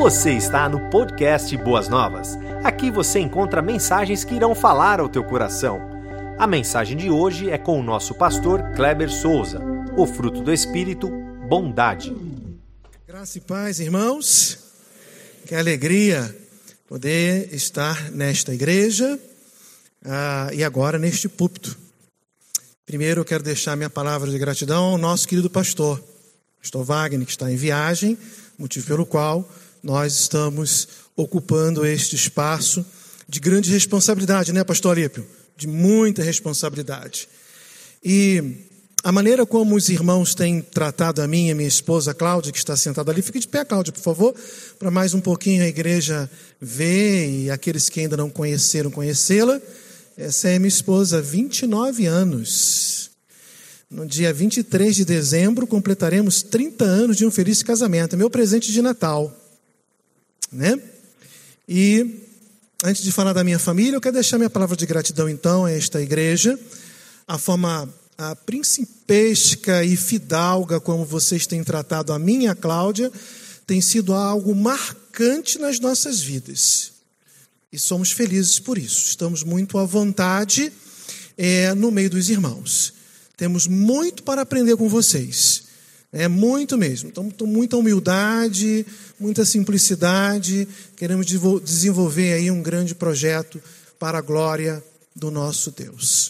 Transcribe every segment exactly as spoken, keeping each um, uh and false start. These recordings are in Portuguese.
Você está no podcast Boas Novas. Aqui você encontra mensagens que irão falar ao teu coração. A mensagem de hoje é com o nosso pastor Kleber Souza. O fruto do Espírito, bondade. Graça e paz, irmãos. Que alegria poder estar nesta igreja ah, e agora neste púlpito. Primeiro eu quero deixar minha palavra de gratidão ao nosso querido pastor, pastor Wagner, que está em viagem, motivo pelo qual nós estamos ocupando este espaço de grande responsabilidade, né, pastor Alípio? De muita responsabilidade. E a maneira como os irmãos têm tratado a mim e a minha esposa Cláudia, que está sentada ali, fique de pé, Cláudia, por favor, para mais um pouquinho a igreja ver e aqueles que ainda não conheceram, conhecê-la. Essa é minha esposa, vinte e nove anos. No dia vinte e três de dezembro, completaremos trinta anos de um feliz casamento. É meu presente de Natal, né? E antes de falar da minha família, eu quero deixar minha palavra de gratidão, então, a esta igreja. A forma a principesca e fidalga como vocês têm tratado a mim e a Cláudia tem sido algo marcante nas nossas vidas. E somos felizes por isso. Estamos muito à vontade é, no meio dos irmãos. Temos muito para aprender com vocês. É muito mesmo. Então, muita humildade, muita simplicidade. Queremos desenvolver aí um grande projeto para a glória do nosso Deus.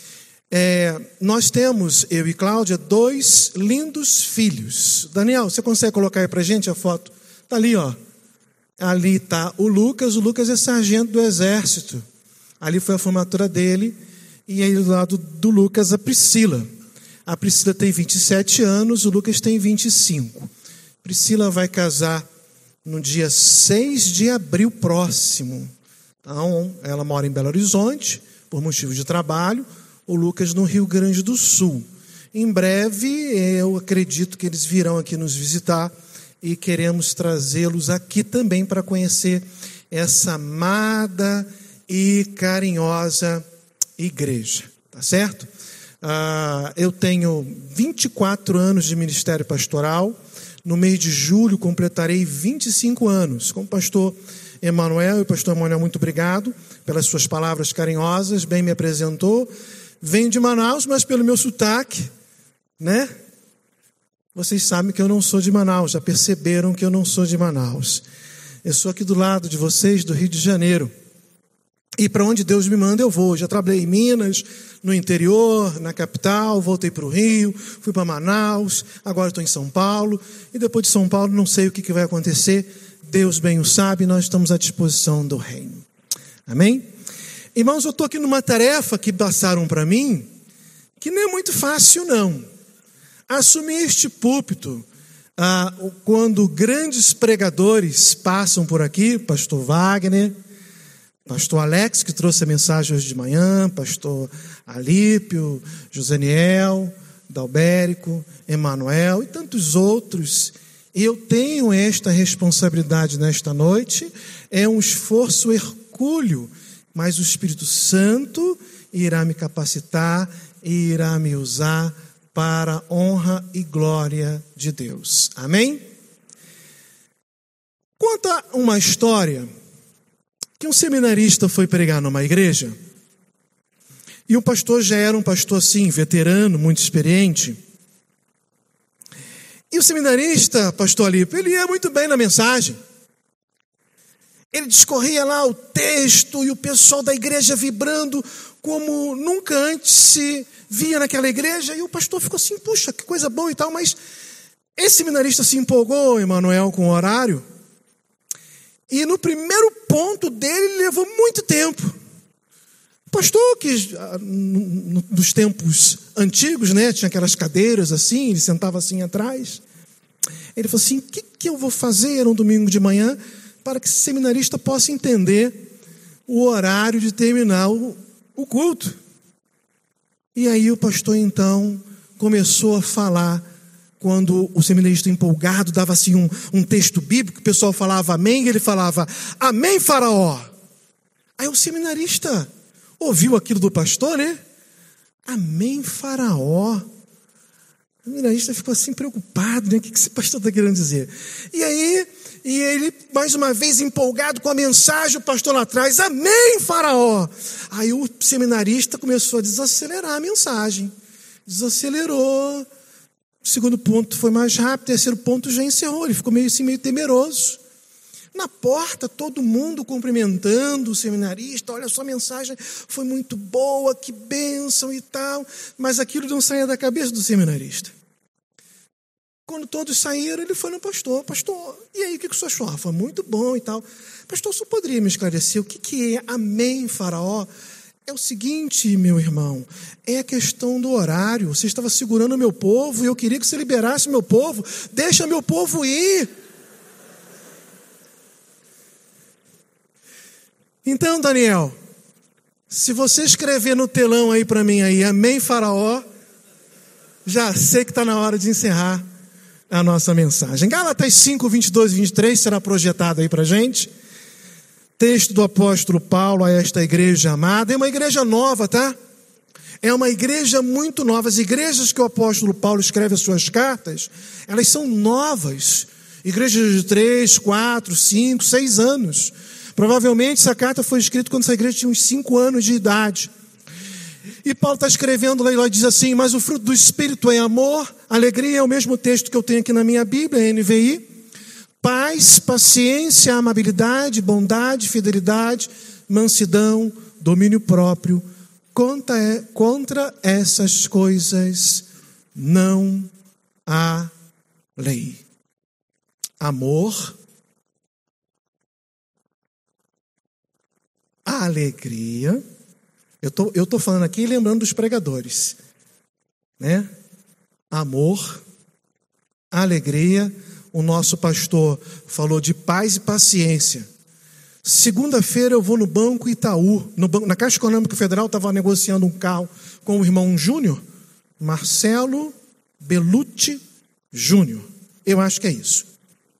É, nós temos, eu e Cláudia, dois lindos filhos. Daniel, você consegue colocar aí pra gente a foto? Está ali, ó. Ali está o Lucas. O Lucas é sargento do exército. Ali foi a formatura dele. E aí do lado do Lucas, a Priscila. A Priscila tem vinte e sete anos, o Lucas tem vinte e cinco. Priscila vai casar no dia seis de abril próximo. Então, ela mora em Belo Horizonte, por motivo de trabalho. O Lucas no Rio Grande do Sul. Em breve, eu acredito que eles virão aqui nos visitar e queremos trazê-los aqui também para conhecer essa amada e carinhosa igreja, tá certo? Ah, eu tenho vinte e quatro anos de ministério pastoral. No mês de julho completarei vinte e cinco anos. Como pastor Emanuel, e pastor Emanuel, muito obrigado pelas suas palavras carinhosas, bem me apresentou. Venho de Manaus, mas pelo meu sotaque, né? Vocês sabem que eu não sou de Manaus, já perceberam que eu não sou de Manaus. Eu sou aqui do lado de vocês, do Rio de Janeiro. E para onde Deus me manda eu vou. Já trabalhei em Minas, no interior, na capital, voltei para o Rio, fui para Manaus, agora estou em São Paulo. E depois de São Paulo não sei o que, que vai acontecer. Deus bem o sabe, nós estamos à disposição do reino. Amém? Irmãos, eu estou aqui numa tarefa que passaram para mim, que não é muito fácil não. Assumir este púlpito, ah, quando grandes pregadores passam por aqui, pastor Wagner, pastor Alex, que trouxe a mensagem hoje de manhã, pastor Alípio, Josaniel, Dalbérico, Emanuel e tantos outros. Eu tenho esta responsabilidade nesta noite, é um esforço hercúleo, mas o Espírito Santo irá me capacitar e irá me usar para a honra e glória de Deus. Amém? Conta uma história que um seminarista foi pregar numa igreja e o pastor já era um pastor assim, veterano, muito experiente. E o seminarista, pastor Alípio, ele ia muito bem na mensagem. Ele discorria lá o texto e o pessoal da igreja vibrando como nunca antes se via naquela igreja. E o pastor ficou assim, puxa, que coisa boa e tal. Mas esse seminarista se empolgou, Emanuel, com o horário. E no primeiro ponto dele, ele levou muito tempo. O pastor, que nos tempos antigos, né, tinha aquelas cadeiras assim, ele sentava assim atrás. Ele falou assim, o que, que eu vou fazer? Era um domingo de manhã, para que esse seminarista possa entender o horário de terminar o, o culto. E aí o pastor, então, começou a falar, quando o seminarista empolgado dava assim um, um texto bíblico, o pessoal falava amém, e ele falava, amém, faraó. Aí o seminarista ouviu aquilo do pastor, né? Amém, faraó. O seminarista ficou assim preocupado, né? O que esse pastor está querendo dizer? E aí, e ele, mais uma vez, empolgado com a mensagem, o pastor lá atrás, amém, faraó. Aí o seminarista começou a desacelerar a mensagem. Desacelerou. O segundo ponto foi mais rápido, o terceiro ponto já encerrou. Ele ficou meio assim, meio temeroso. Na porta, todo mundo cumprimentando o seminarista. Olha, sua mensagem foi muito boa, que bênção e tal. Mas aquilo não saía da cabeça do seminarista. Quando todos saíram, ele foi no pastor. Pastor, e aí, o que o senhor achou? Foi muito bom e tal. Pastor, o senhor poderia me esclarecer o que, que é amém, faraó? É o seguinte, meu irmão, é a questão do horário. Você estava segurando o meu povo e eu queria que você liberasse o meu povo. Deixa meu povo ir. Então, Daniel, se você escrever no telão aí para mim aí, amém, faraó, já sei que está na hora de encerrar a nossa mensagem. Gálatas cinco, vinte e dois e vinte e três será projetado aí para a gente. Texto do apóstolo Paulo a esta igreja amada. É uma igreja nova, tá? É uma igreja muito nova. As igrejas que o apóstolo Paulo escreve as suas cartas, elas são novas. Igrejas de três, quatro, cinco, seis anos. Provavelmente essa carta foi escrita quando essa igreja tinha uns cinco anos de idade. E Paulo está escrevendo lá e lá diz assim, mas o fruto do Espírito é amor, alegria, é o mesmo texto que eu tenho aqui na minha Bíblia, N V I. Paz, paciência, amabilidade, bondade, fidelidade, mansidão, domínio próprio. Contra, contra essas coisas não há lei. Amor, a alegria, eu tô, eu tô falando aqui lembrando dos pregadores, né? Amor, alegria, o nosso pastor falou de paz e paciência. Segunda-feira eu vou no Banco Itaú, no banco, na Caixa Econômica Federal, estava negociando um carro com o irmão Júnior, Marcelo Belucci Júnior, eu acho que é isso.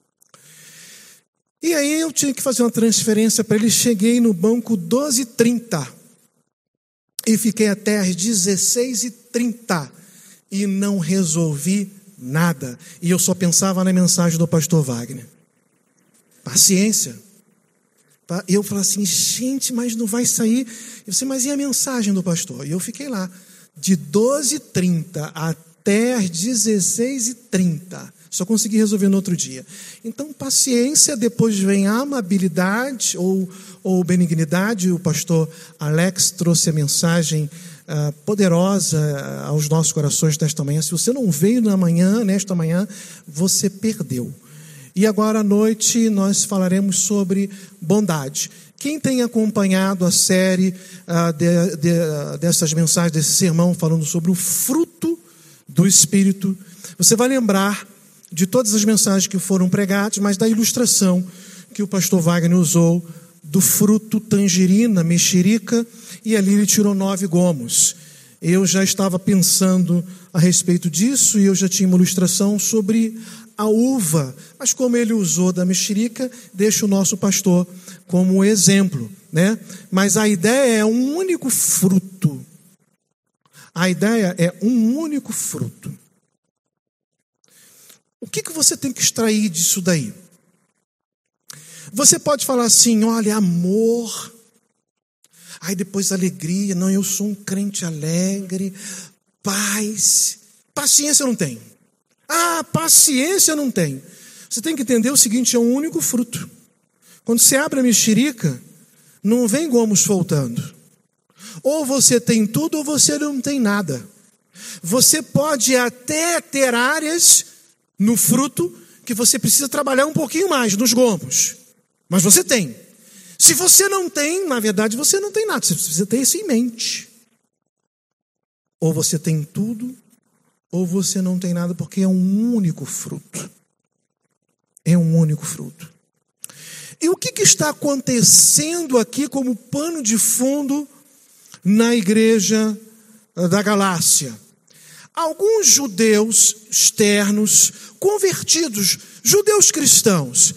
E aí eu tinha que fazer uma transferência para ele, cheguei no banco doze e trinta e fiquei até às dezesseis e trinta e não resolvi nada. E eu só pensava na mensagem do pastor Wagner. Paciência. E eu falei assim, gente, mas não vai sair. Eu disse, mas e a mensagem do pastor? E eu fiquei lá, de doze e trinta até às dezesseis e trinta. Só consegui resolver no outro dia. Então, paciência, depois vem a amabilidade ou, ou benignidade. O pastor Alex trouxe a mensagem uh, poderosa uh, aos nossos corações nesta manhã. Se você não veio na manhã, nesta manhã, você perdeu. E agora à noite nós falaremos sobre bondade. Quem tem acompanhado a série uh, de, de, uh, dessas mensagens, desse sermão, falando sobre o fruto do Espírito, você vai lembrar de todas as mensagens que foram pregadas, mas da ilustração que o pastor Wagner usou do fruto tangerina, mexerica, e ali ele tirou nove gomos. Eu já estava pensando a respeito disso e eu já tinha uma ilustração sobre a uva, mas como ele usou da mexerica, deixa o nosso pastor como exemplo, né? Mas a ideia é um único fruto. A ideia é um único fruto. O que, que você tem que extrair disso daí? Você pode falar assim, olha, amor, aí depois alegria, não, eu sou um crente alegre, paz, paciência eu não tenho. Ah, paciência eu não tenho. Você tem que entender o seguinte, é um único fruto. Quando você abre a mexerica, não vem gomos faltando. Ou você tem tudo ou você não tem nada. Você pode até ter áreas no fruto que você precisa trabalhar um pouquinho mais nos gomos, mas você tem. Se você não tem, na verdade você não tem nada, você precisa ter isso em mente. Ou você tem tudo, ou você não tem nada, porque é um único fruto. É um único fruto. E o que, que está acontecendo aqui como pano de fundo na igreja da Galácia? Alguns judeus externos, convertidos, judeus cristãos,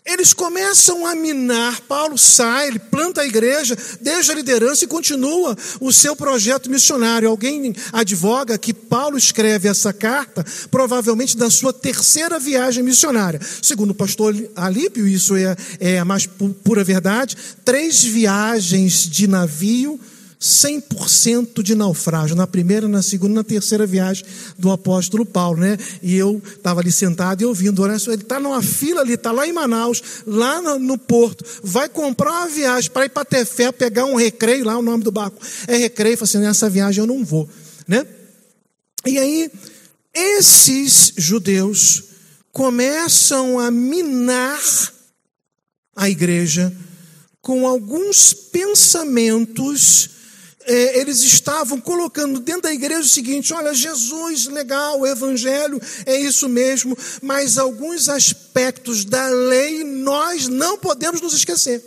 Eles começam a minar. Paulo sai, ele planta a igreja, deixa a liderança e continua o seu projeto missionário. Alguém advoga que Paulo escreve essa carta provavelmente da sua terceira viagem missionária. Segundo o pastor Alípio, isso é, é a mais pura verdade, três viagens de navio, cem por cento de naufrágio, na primeira, na segunda e na terceira viagem do apóstolo Paulo, né? E eu estava ali sentado e ouvindo, olha só, ele está numa fila ali, está lá em Manaus, lá no, no porto, vai comprar uma viagem para ir para Tefé, pegar um recreio, lá o nome do barco é recreio, fala assim, nessa viagem eu não vou, né? E aí, esses judeus começam a minar a igreja com alguns pensamentos. É, eles estavam colocando dentro da igreja o seguinte: olha, Jesus, legal, o evangelho é isso mesmo, mas alguns aspectos da lei nós não podemos nos esquecer.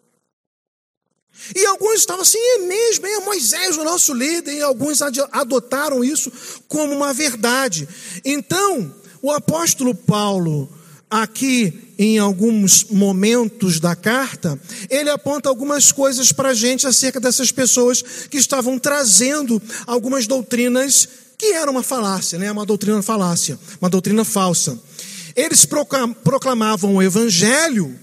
E alguns estavam assim, é mesmo, é Moisés o nosso líder, e alguns adotaram isso como uma verdade. Então, o apóstolo Paulo, aqui em alguns momentos da carta, ele aponta algumas coisas para a gente acerca dessas pessoas que estavam trazendo algumas doutrinas que eram uma falácia, né? Uma doutrina falácia, uma doutrina falsa. Eles proclamavam o evangelho,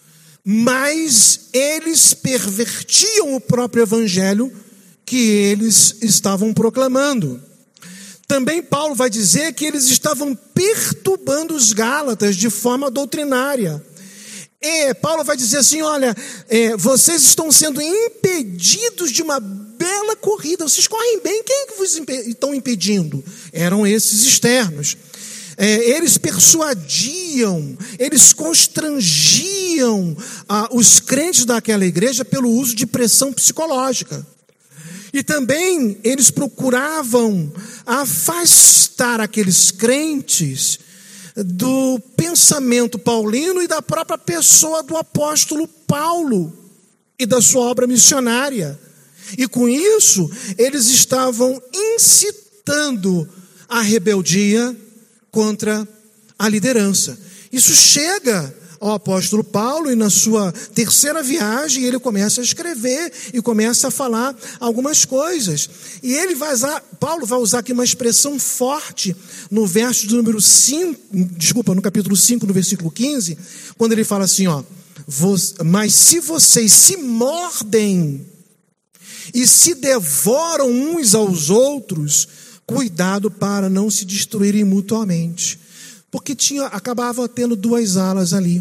mas eles pervertiam o próprio evangelho que eles estavam proclamando. Também Paulo vai dizer que eles estavam perturbando os Gálatas de forma doutrinária. E Paulo vai dizer assim, olha, é, vocês estão sendo impedidos de uma bela corrida, vocês correm bem, quem é que vos impe- estão impedindo? Eram esses externos. É, eles persuadiam, eles constrangiam ah, os crentes daquela igreja pelo uso de pressão psicológica. E também eles procuravam afastar aqueles crentes do pensamento paulino e da própria pessoa do apóstolo Paulo e da sua obra missionária. E com isso, eles estavam incitando a rebeldia contra a liderança. Isso chega ao apóstolo Paulo, e na sua terceira viagem ele começa a escrever e começa a falar algumas coisas. E ele vai usar, Paulo vai usar aqui uma expressão forte no verso do número cinco, desculpa, no capítulo cinco, no versículo quinze, quando ele fala assim, ó, mas se vocês se mordem e se devoram uns aos outros, cuidado para não se destruírem mutuamente. Porque tinha, acabava tendo duas alas ali.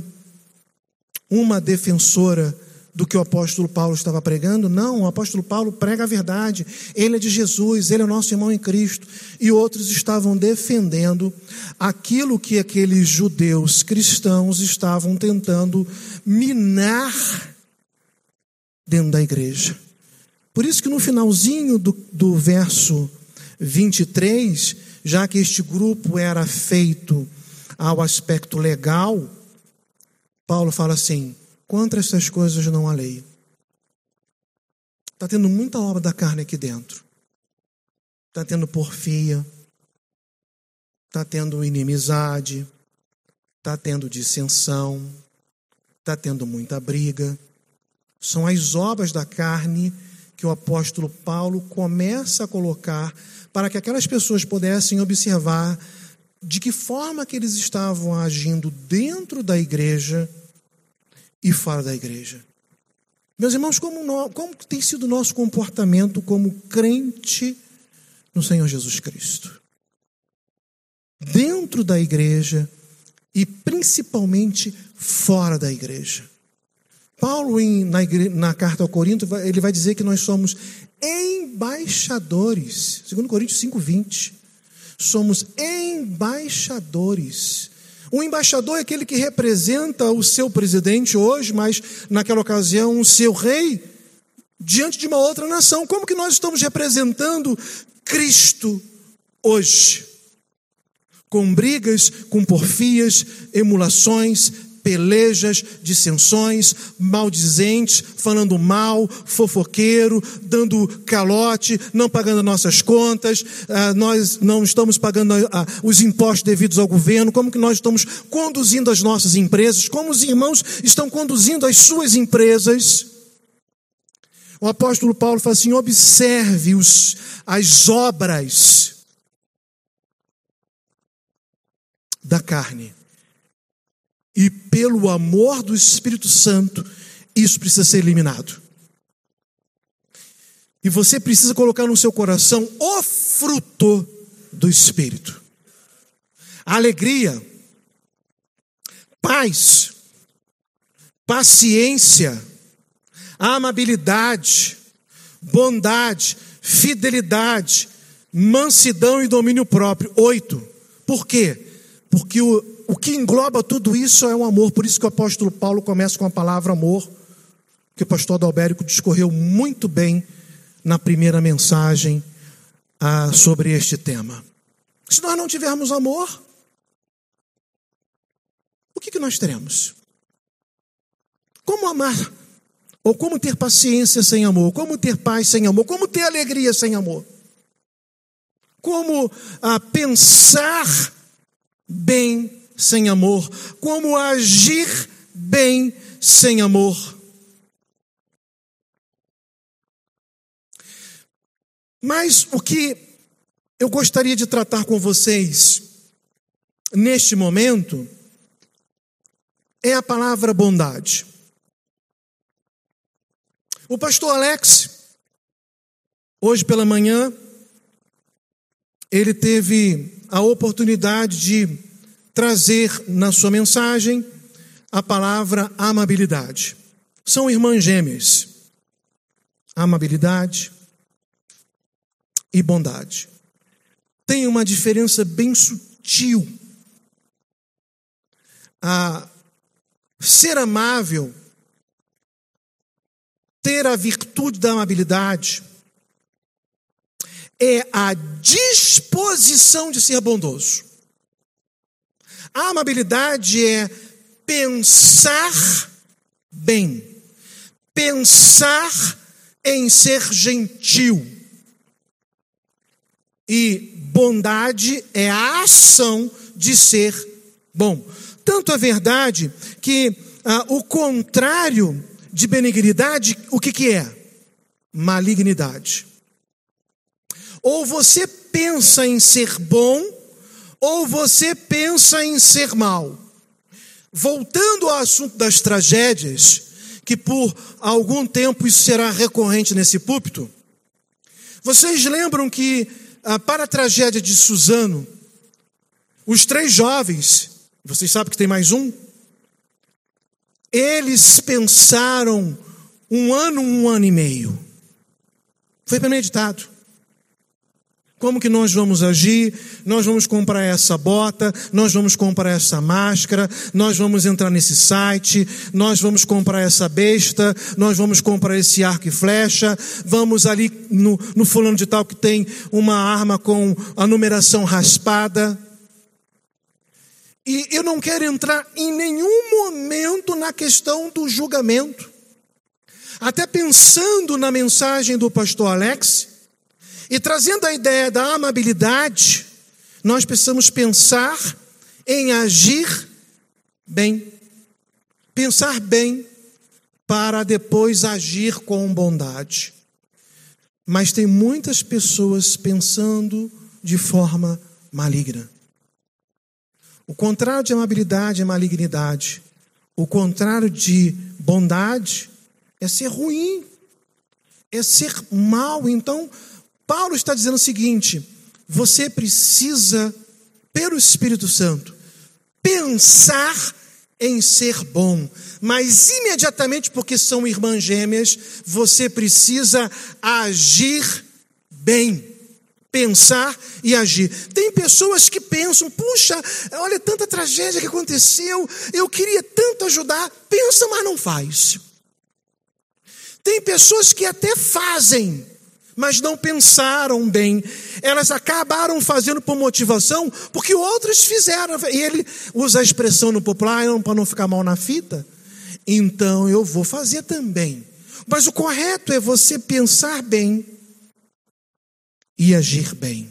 Uma defensora do que o apóstolo Paulo estava pregando. Não, o apóstolo Paulo prega a verdade. Ele é de Jesus, ele é nosso irmão em Cristo. E outros estavam defendendo aquilo que aqueles judeus cristãos estavam tentando minar dentro da igreja. Por isso que no finalzinho do, do verso vinte e três, já que este grupo era feito ao aspecto legal, Paulo fala assim, contra essas coisas não há lei. Está tendo muita obra da carne aqui dentro. Está tendo porfia, está tendo inimizade, está tendo dissensão, está tendo muita briga. São as obras da carne que o apóstolo Paulo começa a colocar para que aquelas pessoas pudessem observar de que forma que eles estavam agindo dentro da igreja e fora da igreja. Meus irmãos, como, nós, como tem sido o nosso comportamento como crente no Senhor Jesus Cristo? Dentro da igreja e principalmente fora da igreja. Paulo, em, na, igre, na carta ao Corinto, ele vai dizer que nós somos embaixadores. segundo Coríntios cinco, vinte. Somos embaixadores. Um embaixador é aquele que representa o seu presidente hoje, mas naquela ocasião o seu rei, diante de uma outra nação. Como que nós estamos representando Cristo hoje? Com brigas, com porfias, emulações, pelejas, dissensões, maldizentes, falando mal, fofoqueiro, dando calote, não pagando nossas contas, ah, nós não estamos pagando ah, os impostos devidos ao governo, como que nós estamos conduzindo as nossas empresas, como os irmãos estão conduzindo as suas empresas. O apóstolo Paulo fala assim: observe os, as obras da carne. E pelo amor do Espírito Santo, isso precisa ser eliminado. E você precisa colocar no seu coração o fruto do Espírito. Alegria, paz, paciência, amabilidade, bondade, fidelidade, mansidão e domínio próprio. Oito. Por quê? Porque o O que engloba tudo isso é o amor. Por isso que o apóstolo Paulo começa com a palavra amor, que o pastor Adalberico discorreu muito bem na primeira mensagem ah, sobre este tema. Se nós não tivermos amor, o que, que nós teremos? Como amar? Ou como ter paciência sem amor? Como ter paz sem amor? Como ter alegria sem amor? Como ah, pensar bem sem amor? Como agir bem sem amor? Mas o que eu gostaria de tratar com vocês neste momento é a palavra bondade. O pastor Alex, hoje pela manhã, ele teve a oportunidade de trazer na sua mensagem a palavra amabilidade. São irmãs gêmeas. Amabilidade e bondade. Tem uma diferença bem sutil. A ser amável, ter a virtude da amabilidade, é a disposição de ser bondoso. A amabilidade é pensar bem, pensar em ser gentil. E bondade é a ação de ser bom. Tanto é verdade que ah, o contrário de benignidade, o que, que é? Malignidade. Ou você pensa em ser bom, ou você pensa em ser mal. Voltando ao assunto das tragédias, que por algum tempo isso será recorrente nesse púlpito, vocês lembram que, ah, para a tragédia de Suzano, os três jovens, vocês sabem que tem mais um, eles pensaram um ano, um ano e meio. Foi premeditado. Como que nós vamos agir? Nós vamos comprar essa bota, nós vamos comprar essa máscara, nós vamos entrar nesse site, nós vamos comprar essa besta, nós vamos comprar esse arco e flecha, vamos ali no, no fulano de tal que tem uma arma com a numeração raspada. E eu não quero entrar em nenhum momento na questão do julgamento. Até pensando na mensagem do pastor Alex, e trazendo a ideia da amabilidade, nós precisamos pensar em agir bem. Pensar bem para depois agir com bondade. Mas tem muitas pessoas pensando de forma maligna. O contrário de amabilidade é malignidade. O contrário de bondade é ser ruim, é ser mal. Então, Paulo está dizendo o seguinte: você precisa, pelo Espírito Santo, pensar em ser bom, mas imediatamente, porque são irmãs gêmeas, você precisa agir bem, pensar e agir. Tem pessoas que pensam: puxa, olha tanta tragédia que aconteceu, eu queria tanto ajudar, pensa, mas não faz. Tem pessoas que até fazem, mas não pensaram bem. Elas acabaram fazendo por motivação, porque outras fizeram. E ele usa a expressão no popular, para não ficar mal na fita. Então eu vou fazer também. Mas o correto é você pensar bem e agir bem.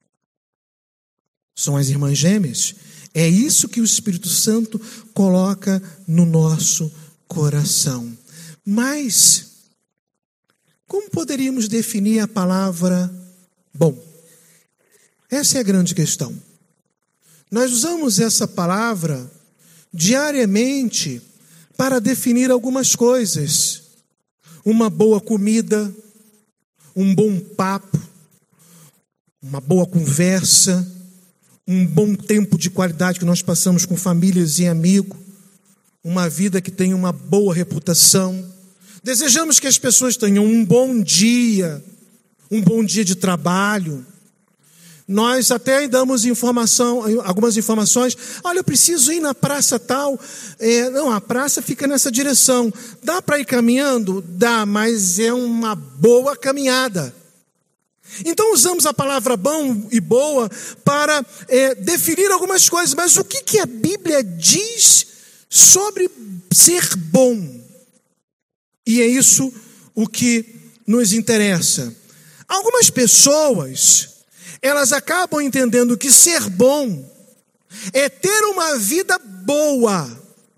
São as irmãs gêmeas. É isso que o Espírito Santo coloca no nosso coração. Mas como poderíamos definir a palavra bom? Essa é a grande questão. Nós usamos essa palavra diariamente para definir algumas coisas. Uma boa comida, um bom papo, uma boa conversa, um bom tempo de qualidade que nós passamos com famílias e amigos, uma vida que tem uma boa reputação. Desejamos que as pessoas tenham um bom dia, um bom dia de trabalho. Nós até damos informação, algumas informações. Olha, eu preciso ir na praça tal. É, não, a praça fica nessa direção. Dá para ir caminhando? Dá, mas é uma boa caminhada. Então usamos a palavra bom e boa para é, definir algumas coisas. Mas o que, que a Bíblia diz sobre ser bom? E é isso o que nos interessa. Algumas pessoas, elas acabam entendendo que ser bom é ter uma vida boa.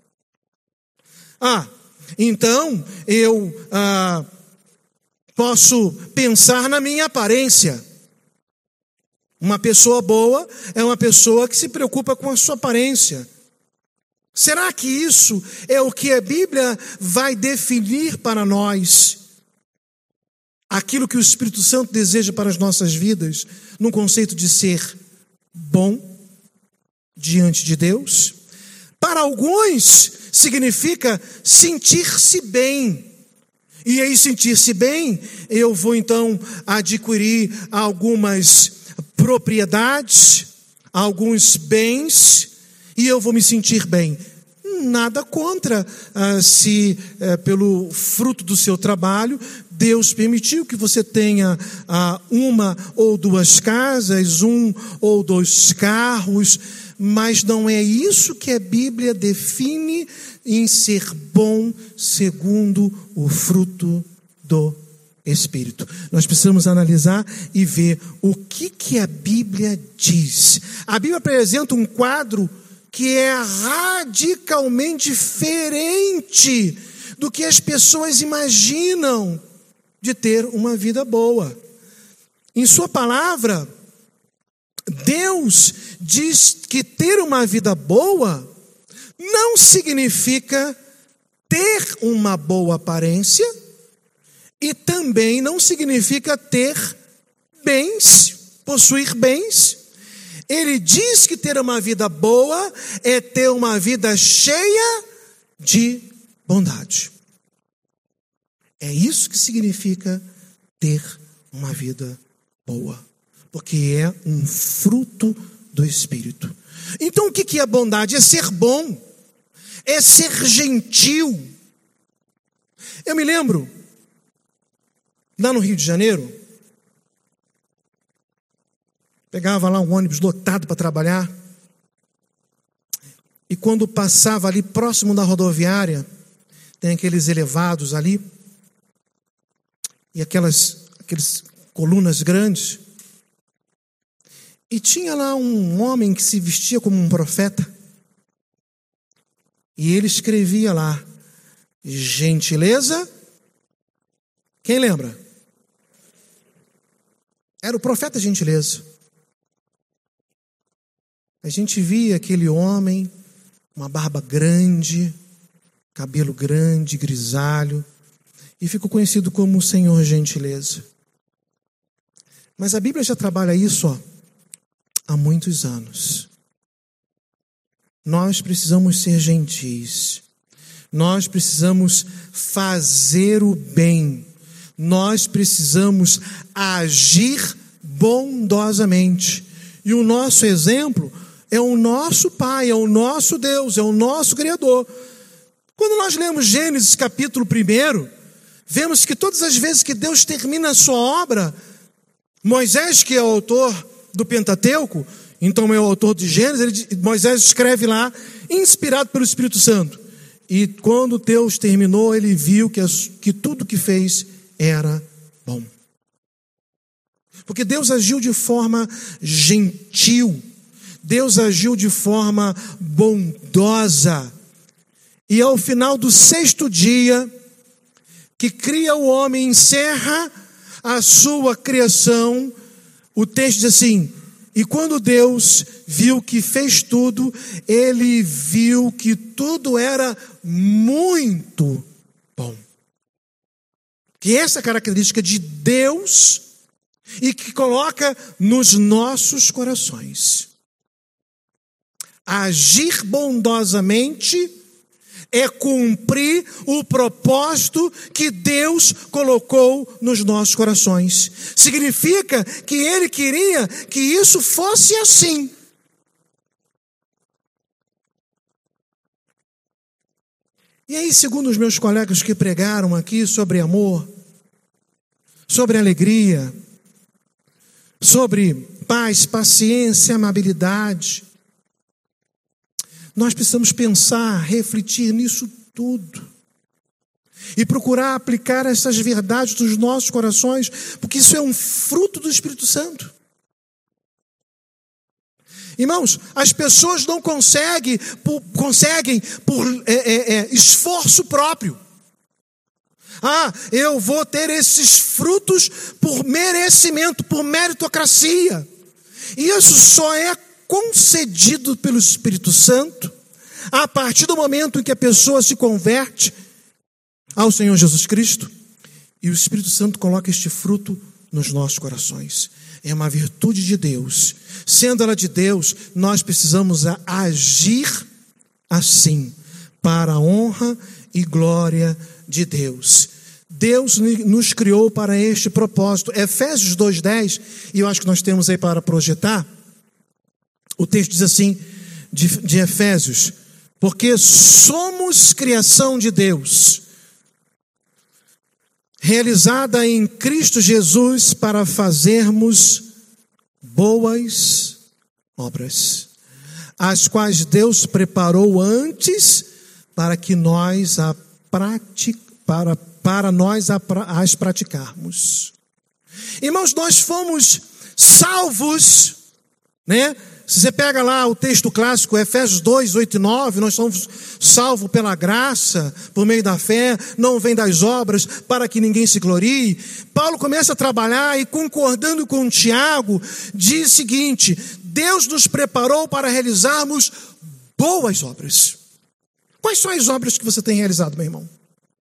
Ah, então eu ah, posso pensar na minha aparência. Uma pessoa boa é uma pessoa que se preocupa com a sua aparência. Será que isso é o que a Bíblia vai definir para nós? Aquilo que o Espírito Santo deseja para as nossas vidas, no conceito de ser bom diante de Deus? Para alguns, significa sentir-se bem. E aí, sentir-se bem, eu vou então adquirir algumas propriedades, alguns bens, e eu vou me sentir bem. Nada contra ah, se eh, pelo fruto do seu trabalho Deus permitiu que você tenha ah, uma ou duas casas, um ou dois carros, mas não é isso que a Bíblia define em ser bom segundo o fruto do Espírito. Nós precisamos analisar e ver o que, que a Bíblia diz. A Bíblia apresenta um quadro que é radicalmente diferente do que as pessoas imaginam de ter uma vida boa. Em sua palavra, Deus diz que ter uma vida boa não significa ter uma boa aparência e também não significa ter bens, possuir bens. Ele diz que ter uma vida boa é ter uma vida cheia de bondade. É isso que significa ter uma vida boa, porque é um fruto do Espírito. Então o que é bondade? É ser bom, é ser gentil. Eu me lembro, lá no Rio de Janeiro, pegava lá um ônibus lotado para trabalhar, e quando passava ali próximo da rodoviária, tem aqueles elevados ali, e aquelas, aquelas colunas grandes, e tinha lá um homem que se vestia como um profeta, e ele escrevia lá, gentileza, quem lembra? Era o profeta Gentileza. A gente via aquele homem, uma barba grande, cabelo grande, grisalho, e ficou conhecido como o Senhor Gentileza. Mas a Bíblia já trabalha isso ó, há muitos anos. Nós precisamos ser gentis. Nós precisamos fazer o bem. Nós precisamos agir bondosamente. E o nosso exemplo é o nosso Pai, é o nosso Deus, é o nosso Criador. Quando nós lemos Gênesis capítulo um, vemos que todas as vezes que Deus termina a sua obra, Moisés, que é o autor do Pentateuco, então é o autor de Gênesis, ele, Moisés escreve lá, inspirado pelo Espírito Santo. E quando Deus terminou, ele viu que, as, que tudo que fez era bom. Porque Deus agiu de forma gentil, Deus agiu de forma bondosa. E ao final do sexto dia, que cria o homem, encerra a sua criação, o texto diz assim: e quando Deus viu que fez tudo, ele viu que tudo era muito bom. Que essa característica de Deus e que coloca nos nossos corações. Agir bondosamente é cumprir o propósito que Deus colocou nos nossos corações. Significa que Ele queria que isso fosse assim. E aí, segundo os meus colegas que pregaram aqui sobre amor, sobre alegria, sobre paz, paciência, amabilidade, nós precisamos pensar, refletir nisso tudo e procurar aplicar essas verdades nos nossos corações, porque isso é um fruto do Espírito Santo. Irmãos, as pessoas não conseguem por, conseguem por é, é, é, esforço próprio. Ah, eu vou ter esses frutos por merecimento, por meritocracia. E isso só é concedido pelo Espírito Santo a partir do momento em que a pessoa se converte ao Senhor Jesus Cristo e o Espírito Santo coloca este fruto nos nossos corações. É uma virtude de Deus. Sendo ela de Deus, nós precisamos agir assim, para a honra e glória de Deus. Deus nos criou para este propósito. Efésios dois, dez, e eu acho que nós temos aí para projetar. O texto diz assim, de, de Efésios: porque somos criação de Deus, realizada em Cristo Jesus para fazermos boas obras, as quais Deus preparou antes para que nós a pratic, para, para nós a, as praticarmos. Irmãos, nós fomos salvos, né? Se você pega lá o texto clássico, Efésios dois, oito e nove, nós somos salvos pela graça, por meio da fé, não vem das obras, para que ninguém se glorie. Paulo começa a trabalhar e, concordando com Tiago, diz o seguinte: Deus nos preparou para realizarmos boas obras. Quais são as obras que você tem realizado, meu irmão?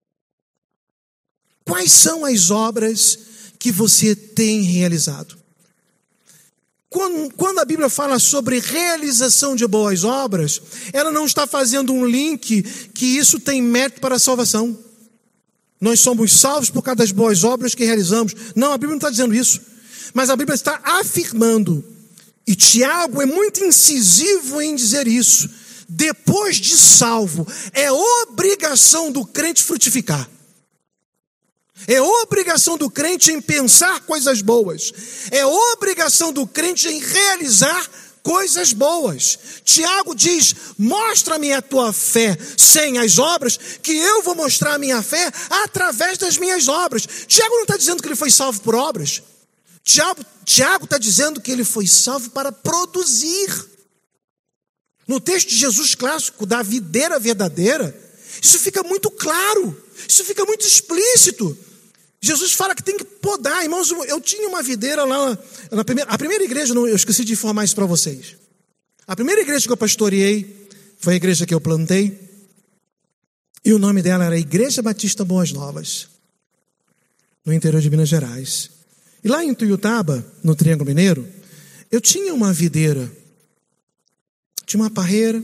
Quais são as obras que você tem realizado? Quando, quando a Bíblia fala sobre realização de boas obras, ela não está fazendo um link que isso tem mérito para a salvação. Nós somos salvos por causa das boas obras que realizamos. Não, a Bíblia não está dizendo isso. Mas a Bíblia está afirmando, e Tiago é muito incisivo em dizer isso: depois de salvo, é obrigação do crente frutificar. É obrigação do crente em pensar coisas boas. É obrigação do crente em realizar coisas boas. Tiago diz: mostra-me a tua fé sem as obras, que eu vou mostrar a minha fé através das minhas obras. Tiago não está dizendo que ele foi salvo por obras. Tiago, Tiago está dizendo que ele foi salvo para produzir. No texto de Jesus clássico, da videira verdadeira, isso fica muito claro. Isso fica muito explícito. Jesus fala que tem que podar. Irmãos, eu tinha uma videira lá na primeira, a primeira igreja, eu esqueci de informar isso para vocês. A primeira igreja que eu pastoreei foi a igreja que eu plantei, e o nome dela era Igreja Batista Boas Novas, no interior de Minas Gerais. E lá em Tuiutaba, no Triângulo Mineiro, eu tinha uma videira, tinha uma parreira,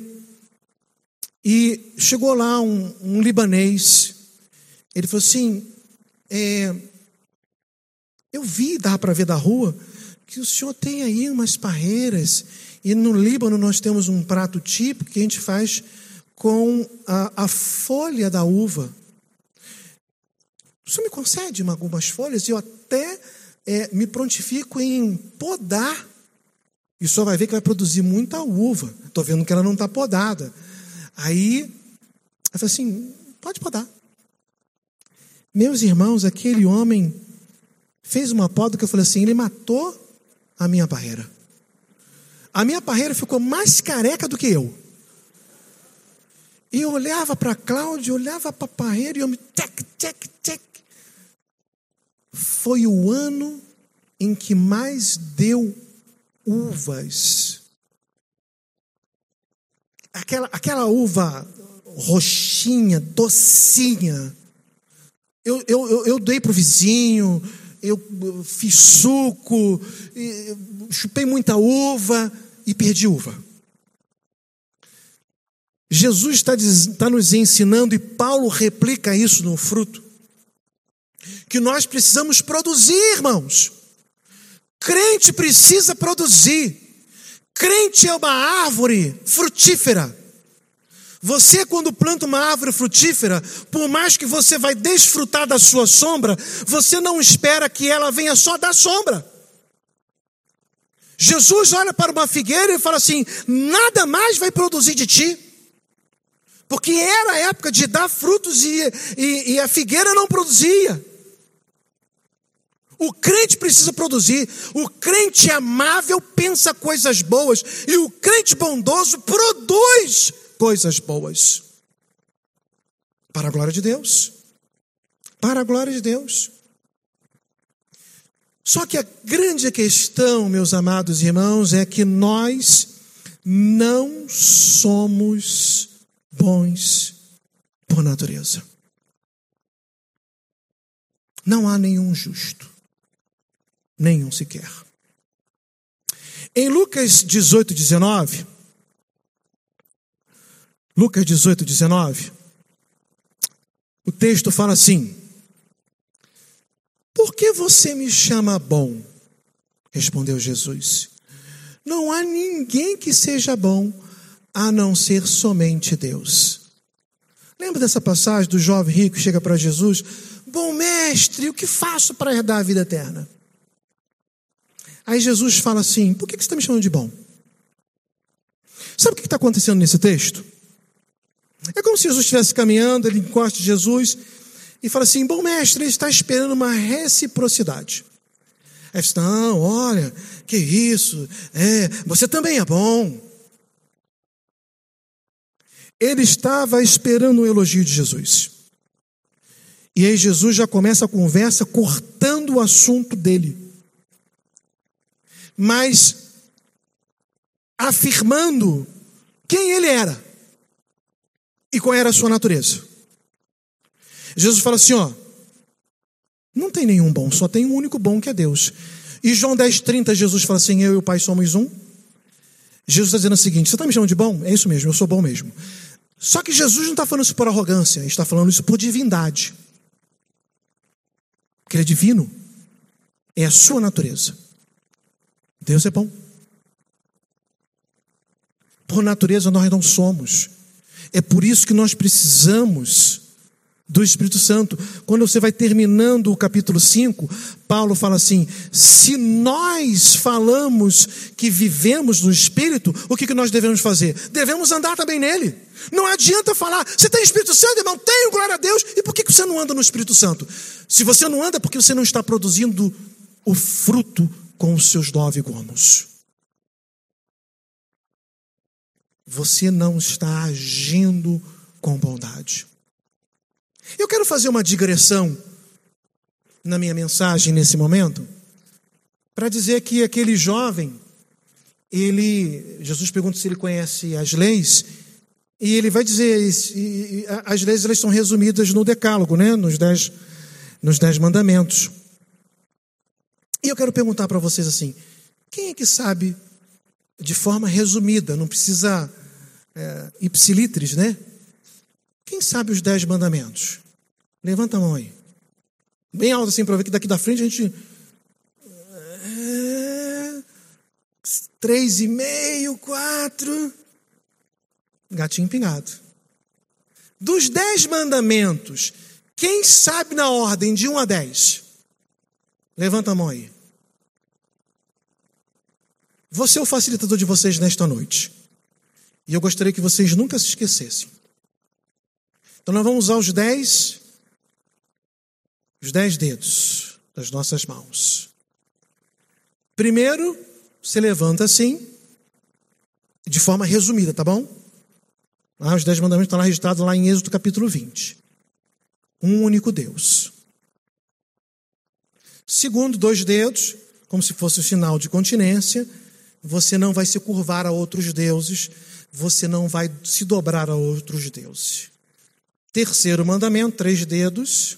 e chegou lá um, um libanês. Ele falou assim: É, eu vi, dava para ver da rua, que o senhor tem aí umas parreiras, e no Líbano nós temos um prato típico que a gente faz com a, a folha da uva. o senhor me concede algumas folhas e eu até é, me prontifico em podar. E o senhor vai ver que vai produzir muita uva. Estou vendo que ela não está podada. Aí, eu falei assim, pode podar. Meus irmãos, aquele homem fez uma poda que eu falei assim, ele matou a minha parreira. A minha parreira ficou mais careca do que eu. E eu olhava para a Cláudia, olhava para a parreira e eu me... Tec, tec, tec. Foi o ano em que mais deu uvas. Aquela, aquela uva roxinha, docinha. Eu, eu, eu, eu dei para o vizinho, eu fiz suco, chupei muita uva e perdi uva. Jesus está, está nos ensinando, e Paulo replica isso no fruto, que nós precisamos produzir, irmãos. Crente precisa produzir. Crente é uma árvore frutífera. Você, quando planta uma árvore frutífera, por mais que você vai desfrutar da sua sombra, você não espera que ela venha só dar sombra. Jesus olha para uma figueira e fala assim, nada mais vai produzir de ti. Porque era a época de dar frutos e, e, e a figueira não produzia. O crente precisa produzir. O crente amável pensa coisas boas. E o crente bondoso produz coisas boas. Para a glória de Deus. Para a glória de Deus. Só que a grande questão, meus amados irmãos, é que nós não somos bons por natureza. Não há nenhum justo. Nenhum sequer. Em Lucas dezoito, dezenove, Lucas dezoito, dezenove, o texto fala assim, por que você me chama bom? Respondeu Jesus, não há ninguém que seja bom, a não ser somente Deus. Lembra dessa passagem do jovem rico que chega para Jesus, bom mestre, o que faço para herdar a vida eterna? Aí Jesus fala assim, por que você está me chamando de bom? Sabe o que está acontecendo nesse texto? É como se Jesus estivesse caminhando, ele encosta de Jesus e fala assim, bom mestre, ele está esperando uma reciprocidade. Aí ele diz, não, olha, que isso, é, você também é bom. Ele estava esperando um elogio de Jesus. E aí Jesus já começa a conversa cortando o assunto dele. Mas afirmando quem ele era e qual era a sua natureza. Jesus fala assim, ó, não tem nenhum bom, só tem um único bom que é Deus. E João dez, trinta, Jesus fala assim, eu e o Pai somos um. Jesus está dizendo o seguinte, você está me chamando de bom? É isso mesmo, eu sou bom mesmo. Só que Jesus não está falando isso por arrogância, ele está falando isso por divindade. Porque ele é divino, é a sua natureza. Deus é bom. Por natureza nós não somos. É por isso que nós precisamos do Espírito Santo. Quando você vai terminando o capítulo cinco, Paulo fala assim, se nós falamos que vivemos no Espírito, o que, que nós devemos fazer? Devemos andar também nele. Não adianta falar, você tem Espírito Santo, irmão? Tenho, glória a Deus. E por que, que você não anda no Espírito Santo? Se você não anda, é porque você não está produzindo o fruto com os seus nove gomos. Você não está agindo com bondade. Eu quero fazer uma digressão na minha mensagem nesse momento, para dizer que aquele jovem, ele, Jesus pergunta se ele conhece as leis, e ele vai dizer, as leis elas são resumidas no decálogo, né? nos, dez, nos dez mandamentos. E eu quero perguntar para vocês assim, quem é que sabe de forma resumida, não precisa é, ipsilitris, né? Quem sabe os dez mandamentos? Levanta a mão aí. Bem alto assim, para ver que daqui da frente a gente... É, três e meio, quatro... Gatinho pingado. Dos dez mandamentos, Quem sabe na ordem de um a dez? Levanta a mão aí. Vou ser o facilitador de vocês nesta noite. E eu gostaria que vocês nunca se esquecessem. Então nós vamos usar os dez, os dez dedos das nossas mãos. Primeiro, você levanta assim, de forma resumida, tá bom? Ah, os dez mandamentos estão lá registrados lá em Êxodo capítulo vinte. Um único Deus. Segundo, dois dedos, como se fosse o sinal de continência. Você não vai se curvar a outros deuses. Você não vai se dobrar a outros deuses. Terceiro mandamento, três dedos.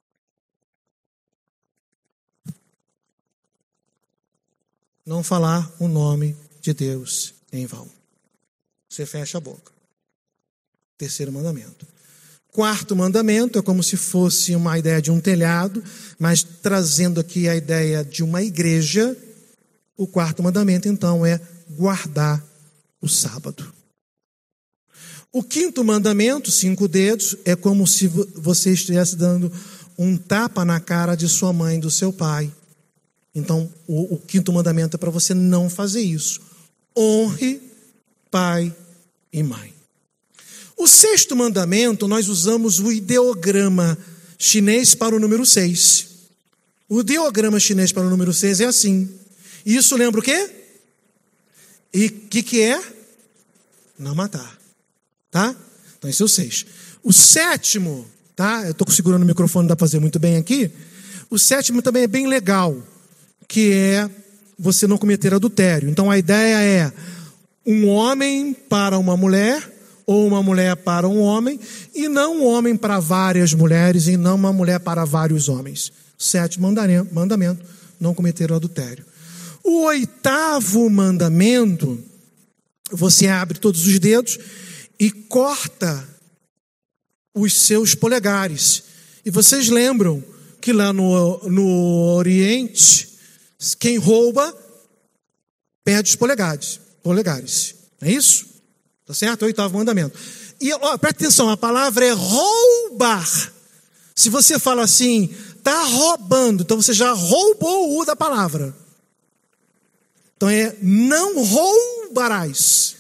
Não falar o nome de Deus em vão. Você fecha a boca. Terceiro mandamento. Quarto mandamento é como se fosse uma ideia de um telhado, mas trazendo aqui a ideia de uma igreja. O quarto mandamento, então, é guardar o sábado. O quinto mandamento, cinco dedos, é como se você estivesse dando um tapa na cara de sua mãe e do seu pai. Então, o, o quinto mandamento é para você não fazer isso. Honre pai e mãe. O sexto mandamento, nós usamos o ideograma chinês para o número seis. O ideograma chinês para o número seis é assim. Isso lembra o quê? E o que, que é? Não matar. Tá? Então esse é o seis. O sétimo, tá? Eu estou segurando o microfone, não dá para fazer muito bem aqui. O sétimo também é bem legal, que é você não cometer adultério. Então a ideia é um homem para uma mulher, ou uma mulher para um homem, e não um homem para várias mulheres, e não uma mulher para vários homens. Sétimo mandamento, não cometer adultério. O oitavo mandamento, você abre todos os dedos e corta os seus polegares. E vocês lembram que lá no, no Oriente, quem rouba, perde os polegares. polegares. Não é isso? Tá certo? O oitavo mandamento. E ó, presta atenção, a palavra é roubar. Se você fala assim, tá roubando, então você já roubou o U da palavra. Então é, não roubarás.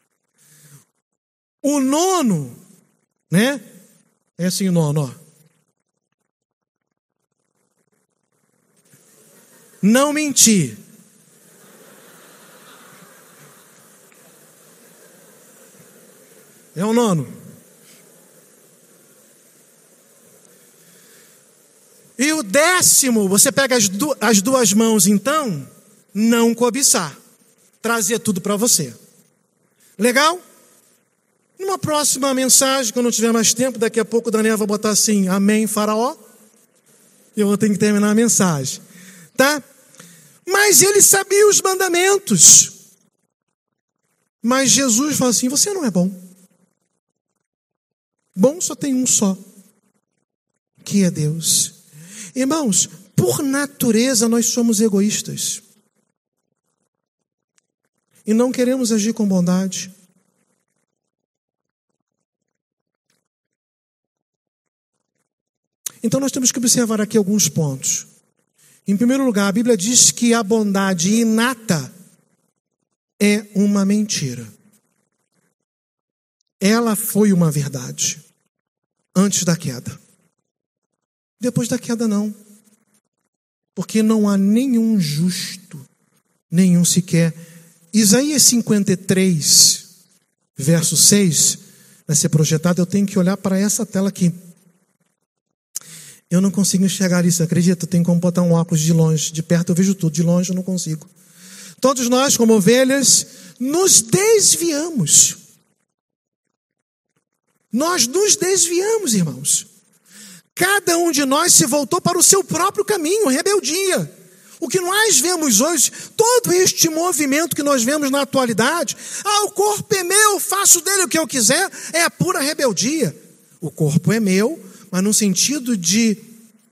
O nono, né? É assim o nono, ó. Não mentir. É o nono. E o décimo, você pega as, du- as duas mãos, então, não cobiçar. Trazer tudo para você. Legal? Numa próxima mensagem, quando não tiver mais tempo, daqui a pouco o Daniel vai botar assim, amém, faraó. E eu vou ter que terminar a mensagem. Tá? Mas ele sabia os mandamentos. Mas Jesus fala assim, você não é bom. Bom só tem um só, que é Deus. Irmãos, por natureza nós somos egoístas. E não queremos agir com bondade. Então nós temos que observar aqui alguns pontos. Em primeiro lugar, a Bíblia diz que a bondade inata é uma mentira. Ela foi uma verdade antes da queda. Depois da queda não. Porque não há nenhum justo, nenhum sequer. Isaías cinquenta e três, verso seis, vai ser projetado. Eu tenho que olhar para essa tela aqui. Eu não consigo enxergar isso, acredita? Eu tenho como botar um óculos de longe. De perto eu vejo tudo, de longe eu não consigo. Todos nós, como ovelhas, nos desviamos. Nós nos desviamos, irmãos. Cada um de nós se voltou para o seu próprio caminho, rebeldia. O que nós vemos hoje, todo este movimento que nós vemos na atualidade, ah, o corpo é meu, faço dele o que eu quiser, é a pura rebeldia. O corpo é meu, mas no sentido de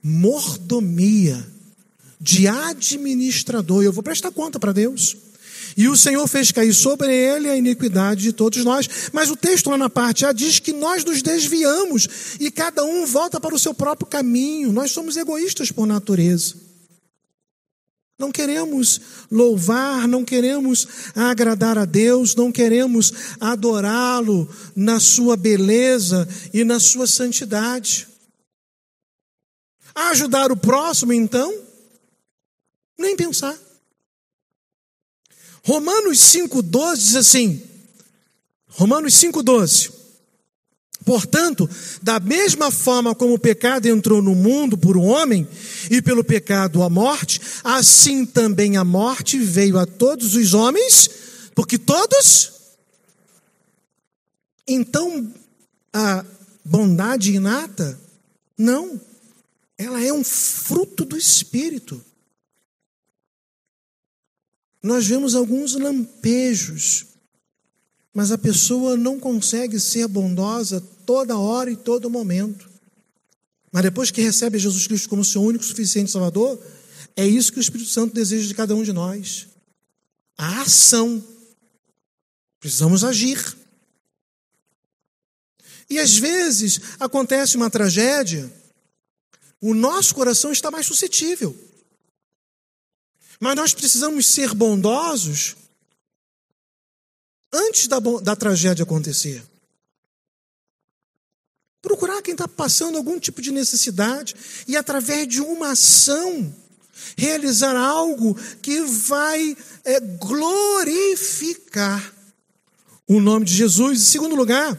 mordomia, de administrador. Eu vou prestar conta para Deus. E o Senhor fez cair sobre ele a iniquidade de todos nós. Mas o texto lá na parte A diz que nós nos desviamos e cada um volta para o seu próprio caminho. Nós somos egoístas por natureza. Não queremos louvar, não queremos agradar a Deus, não queremos adorá-lo na sua beleza e na sua santidade. Ajudar o próximo, então, nem pensar. Romanos cinco, doze diz assim, Romanos cinco, doze. Portanto, da mesma forma como o pecado entrou no mundo por um homem, e pelo pecado a morte, assim também a morte veio a todos os homens, porque todos... Então, a bondade inata, não, ela é um fruto do Espírito. Nós vemos alguns lampejos, mas a pessoa não consegue ser bondosa toda hora e todo momento. Mas depois que recebe Jesus Cristo como seu único, suficiente Salvador, é isso que o Espírito Santo deseja de cada um de nós. A ação. Precisamos agir. E às vezes acontece uma tragédia, o nosso coração está mais suscetível. Mas nós precisamos ser bondosos antes da, da tragédia acontecer. Procurar quem está passando algum tipo de necessidade e, através de uma ação, realizar algo que vai é, glorificar o nome de Jesus. Em segundo lugar,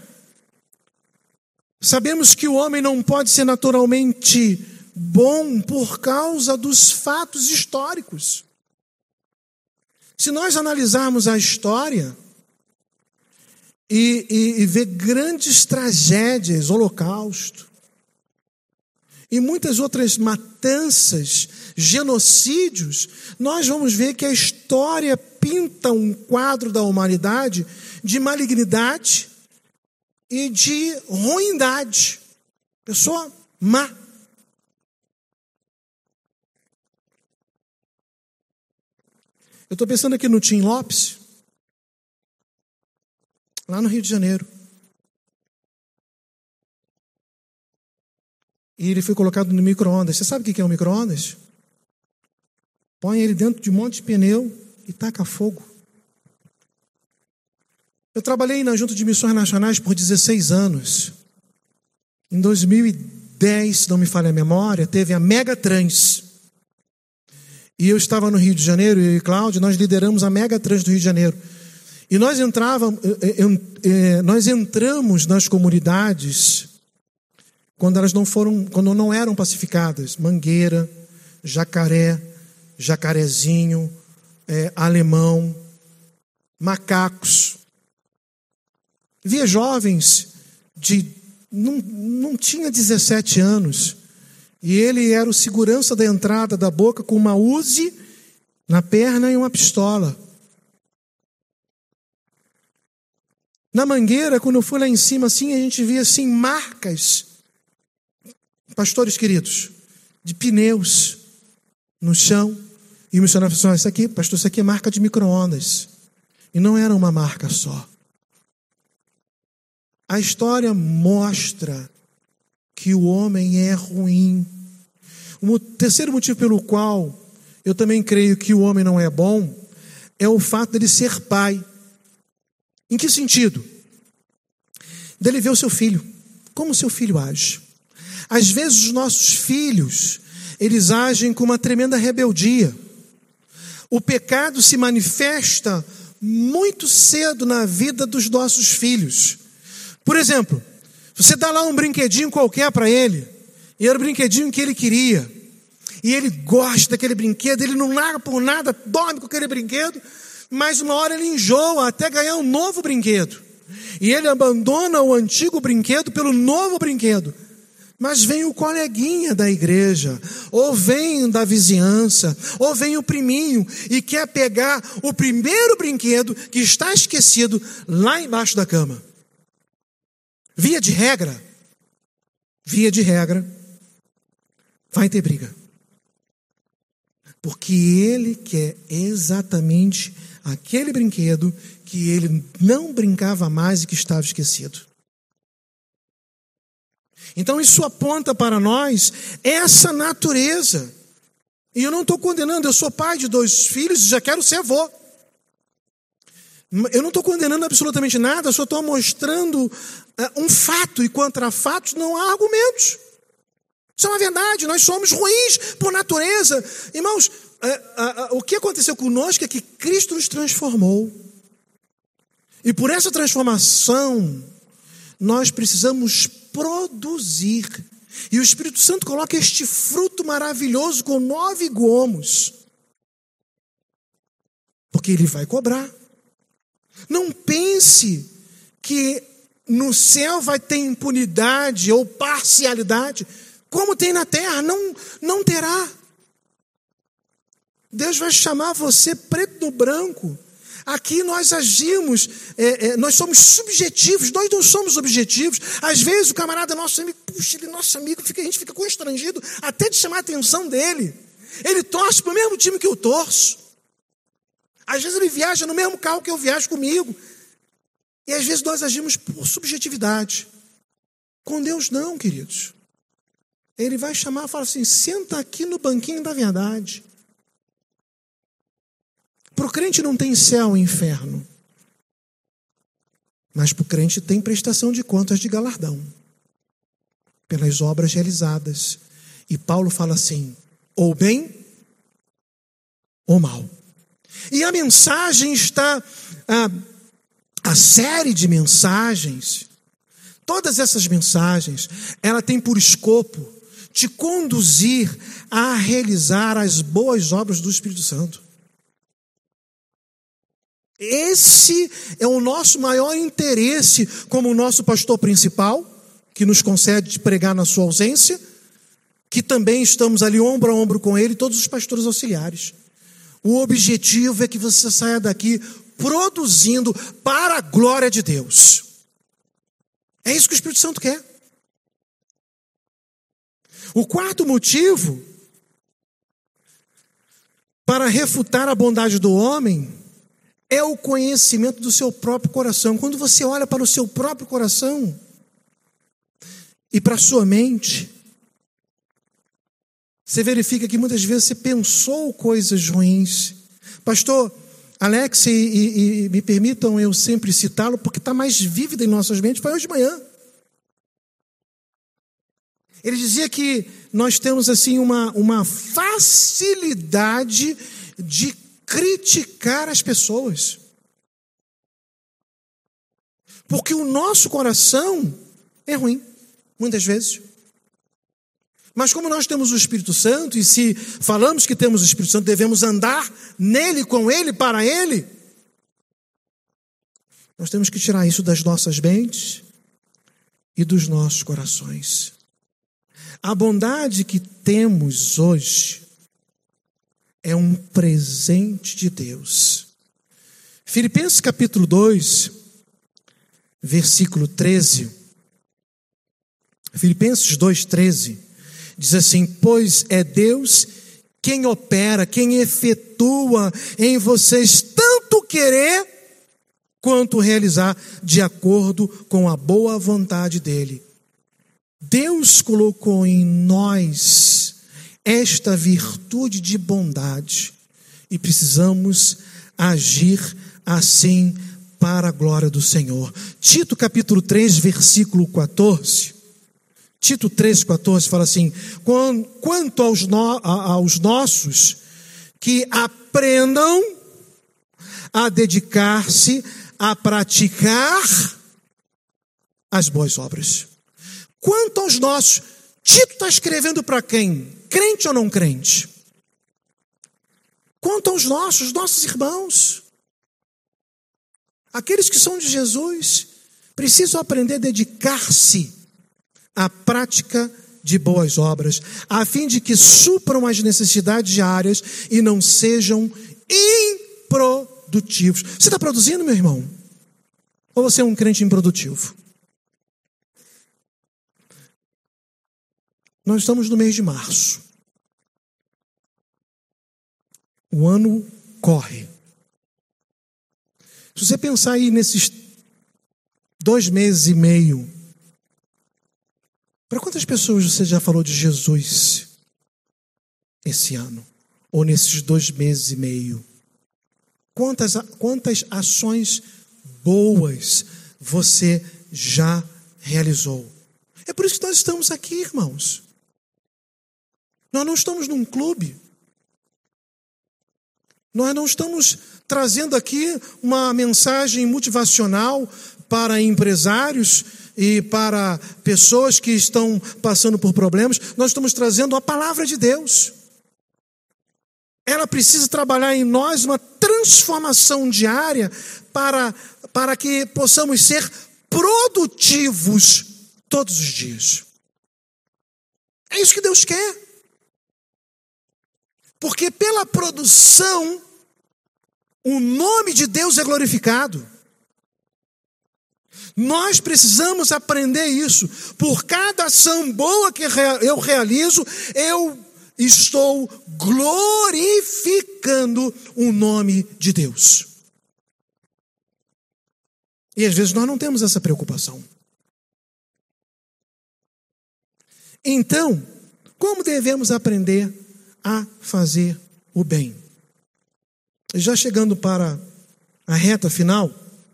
sabemos que o homem não pode ser naturalmente bom por causa dos fatos históricos. Se nós analisarmos a história e, e, e ver grandes tragédias, holocausto, e muitas outras matanças, genocídios, nós vamos ver que a história pinta um quadro da humanidade de malignidade e de ruindade. Pessoa má. Eu estou pensando aqui no Tim Lopes, lá no Rio de Janeiro. E ele foi colocado no micro-ondas. Você sabe o que é um micro-ondas? Põe ele dentro de um monte de pneu e taca fogo. Eu trabalhei na Junta de Missões Nacionais por dezesseis anos. Em dois mil e dez, se não me falha a memória, teve a Mega Trans. E eu estava no Rio de Janeiro, eu e Cláudio, nós lideramos a Mega Trans do Rio de Janeiro. E nós, entrávamos, nós entramos nas comunidades quando elas não foram, quando não eram pacificadas. Mangueira, Jacaré, Jacarezinho, é, Alemão, Macacos. Via jovens de... Não, não tinha dezessete anos. E ele era o segurança da entrada da boca com uma Uzi na perna e uma pistola. Na Mangueira, quando eu fui lá em cima, assim, a gente via assim, marcas, pastores queridos, de pneus no chão. E o missionário falou assim, isso aqui, pastor, isso aqui é marca de micro-ondas. E não era uma marca só. A história mostra que o homem é ruim. O terceiro motivo pelo qual eu também creio que o homem não é bom é o fato dele ser pai. Em que sentido? Dele ver o seu filho, como o seu filho age. Às vezes os nossos filhos, eles agem com uma tremenda rebeldia. O pecado se manifesta muito cedo na vida dos nossos filhos. Por exemplo, você dá lá um brinquedinho qualquer para ele, e era o brinquedinho que ele queria, e ele gosta daquele brinquedo, ele não larga por nada, dorme com aquele brinquedo, mas uma hora ele enjoa até ganhar um novo brinquedo, e ele abandona o antigo brinquedo pelo novo brinquedo. Mas vem o coleguinha da igreja, ou vem da vizinhança, ou vem o priminho, e quer pegar o primeiro brinquedo que está esquecido lá embaixo da cama. Via de regra, via de regra, vai ter briga. Porque ele quer exatamente aquele brinquedo que ele não brincava mais e que estava esquecido. Então isso aponta para nós essa natureza. E eu não estou condenando, eu sou pai de dois filhos e já quero ser avô. Eu não estou condenando absolutamente nada, eu só estou mostrando uh, um fato, e contra fatos não há argumentos. Isso é uma verdade, nós somos ruins por natureza. Irmãos, uh, uh, uh, o que aconteceu conosco é que Cristo nos transformou. E por essa transformação, nós precisamos produzir. E o Espírito Santo coloca este fruto maravilhoso com nove gomos. Porque Ele vai cobrar. Não pense que no céu vai ter impunidade ou parcialidade, como tem na terra. Não, não terá. Deus vai chamar você preto no branco. Aqui nós agimos, é, é, nós somos subjetivos, nós não somos objetivos. Às vezes o camarada nosso amigo, puxa, ele é nosso amigo, fica, a gente fica constrangido até de chamar a atenção dele. Ele torce para o mesmo time que eu torço. Às vezes ele viaja no mesmo carro que eu viajo comigo. E às vezes nós agimos por subjetividade. Com Deus não, queridos. Ele vai chamar e fala assim, senta aqui no banquinho da verdade. Para o crente não tem céu e inferno. Mas para o crente tem prestação de contas de galardão. Pelas obras realizadas. E Paulo fala assim, ou bem, ou mal. E a mensagem está, a, a série de mensagens, todas essas mensagens, ela tem por escopo te conduzir a realizar as boas obras do Espírito Santo. Esse é o nosso maior interesse como o nosso pastor principal, que nos concede pregar na sua ausência, que também estamos ali ombro a ombro com ele, e todos os pastores auxiliares. O objetivo é que você saia daqui produzindo para a glória de Deus. É isso que o Espírito Santo quer. O quarto motivo para refutar a bondade do homem é o conhecimento do seu próprio coração. Quando você olha para o seu próprio coração e para a sua mente, você verifica que muitas vezes você pensou coisas ruins. Pastor Alex, e, e, e me permitam eu sempre citá-lo, porque está mais vívido em nossas mentes, foi hoje de manhã. Ele dizia que nós temos assim uma, uma facilidade de criticar as pessoas. Porque o nosso coração é ruim, muitas vezes. Mas como nós temos o Espírito Santo, e se falamos que temos o Espírito Santo, devemos andar nele, com ele, para ele, nós temos que tirar isso das nossas mentes e dos nossos corações. A bondade que temos hoje é um presente de Deus. Filipenses capítulo dois, versículo treze. Filipenses dois, treze. Diz assim, pois é Deus quem opera, quem efetua em vocês tanto querer quanto realizar de acordo com a boa vontade dele. Deus colocou em nós esta virtude de bondade e precisamos agir assim para a glória do Senhor. Tito capítulo três, versículo quatorze. Tito três, quatorze fala assim, quanto aos, no, aos nossos que aprendam a dedicar-se a praticar as boas obras. Quanto aos nossos, Tito está escrevendo para quem? Crente ou não crente? Quanto aos nossos, nossos irmãos, aqueles que são de Jesus, precisam aprender a dedicar-se à prática de boas obras, a fim de que supram as necessidades diárias e não sejam improdutivos. Você está produzindo, meu irmão? Ou você é um crente improdutivo? Nós estamos no mês de março. O ano corre. Se você pensar aí nesses dois meses e meio, para quantas pessoas você já falou de Jesus esse ano? Ou nesses dois meses e meio? Quantas, quantas ações boas você já realizou? É por isso que nós estamos aqui, irmãos. Nós não estamos num clube. Nós não estamos trazendo aqui uma mensagem motivacional para empresários e para pessoas que estão passando por problemas. Nós estamos trazendo a palavra de Deus. Ela precisa trabalhar em nós uma transformação diária para, para que possamos ser produtivos todos os dias. É isso que Deus quer. Porque pela produção, o nome de Deus é glorificado. Nós precisamos aprender isso. Por cada ação boa que eu realizo, eu estou glorificando o nome de Deus. E às vezes nós não temos essa preocupação. Então, como devemos aprender a fazer o bem? Já chegando para a reta final,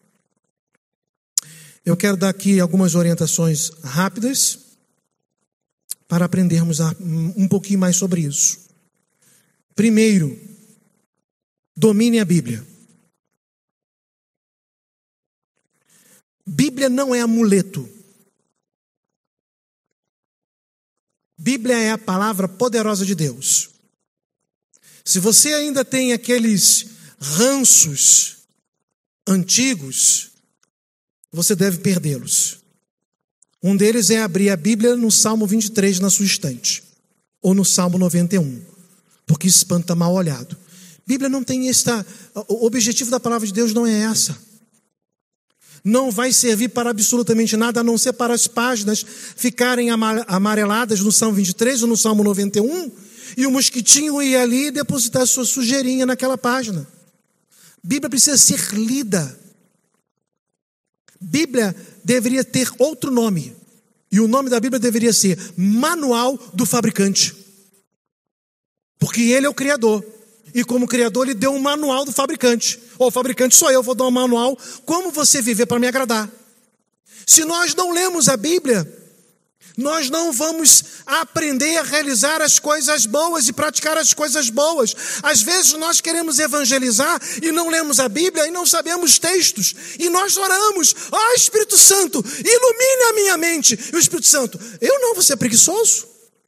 eu quero dar aqui algumas orientações rápidas para aprendermos um pouquinho mais sobre isso. Primeiro, domine a Bíblia. Bíblia não é amuleto. Bíblia é a palavra poderosa de Deus. Se você ainda tem aqueles ranços antigos, você deve perdê-los. Um deles é abrir a Bíblia no Salmo vinte e três na sua estante, ou no Salmo noventa e um, porque isso espanta mal olhado. Bíblia não tem esta... O objetivo da palavra de Deus não é essa. Não vai servir para absolutamente nada, a não ser para as páginas ficarem amareladas no Salmo vinte e três ou no Salmo noventa e um, e o mosquitinho ir ali e depositar sua sujeirinha naquela página. Bíblia precisa ser lida. Bíblia deveria ter outro nome. E o nome da Bíblia deveria ser Manual do Fabricante. Porque ele é o Criador. E como Criador, ele deu um manual do fabricante. Ou o fabricante sou eu, vou dar um manual. Como você viver para me agradar? Se nós não lemos a Bíblia, nós não vamos aprender a realizar as coisas boas e praticar as coisas boas. Às vezes nós queremos evangelizar e não lemos a Bíblia e não sabemos textos. E nós oramos, ó oh, Espírito Santo, ilumine a minha mente. E o Espírito Santo, eu não vou ser preguiçoso.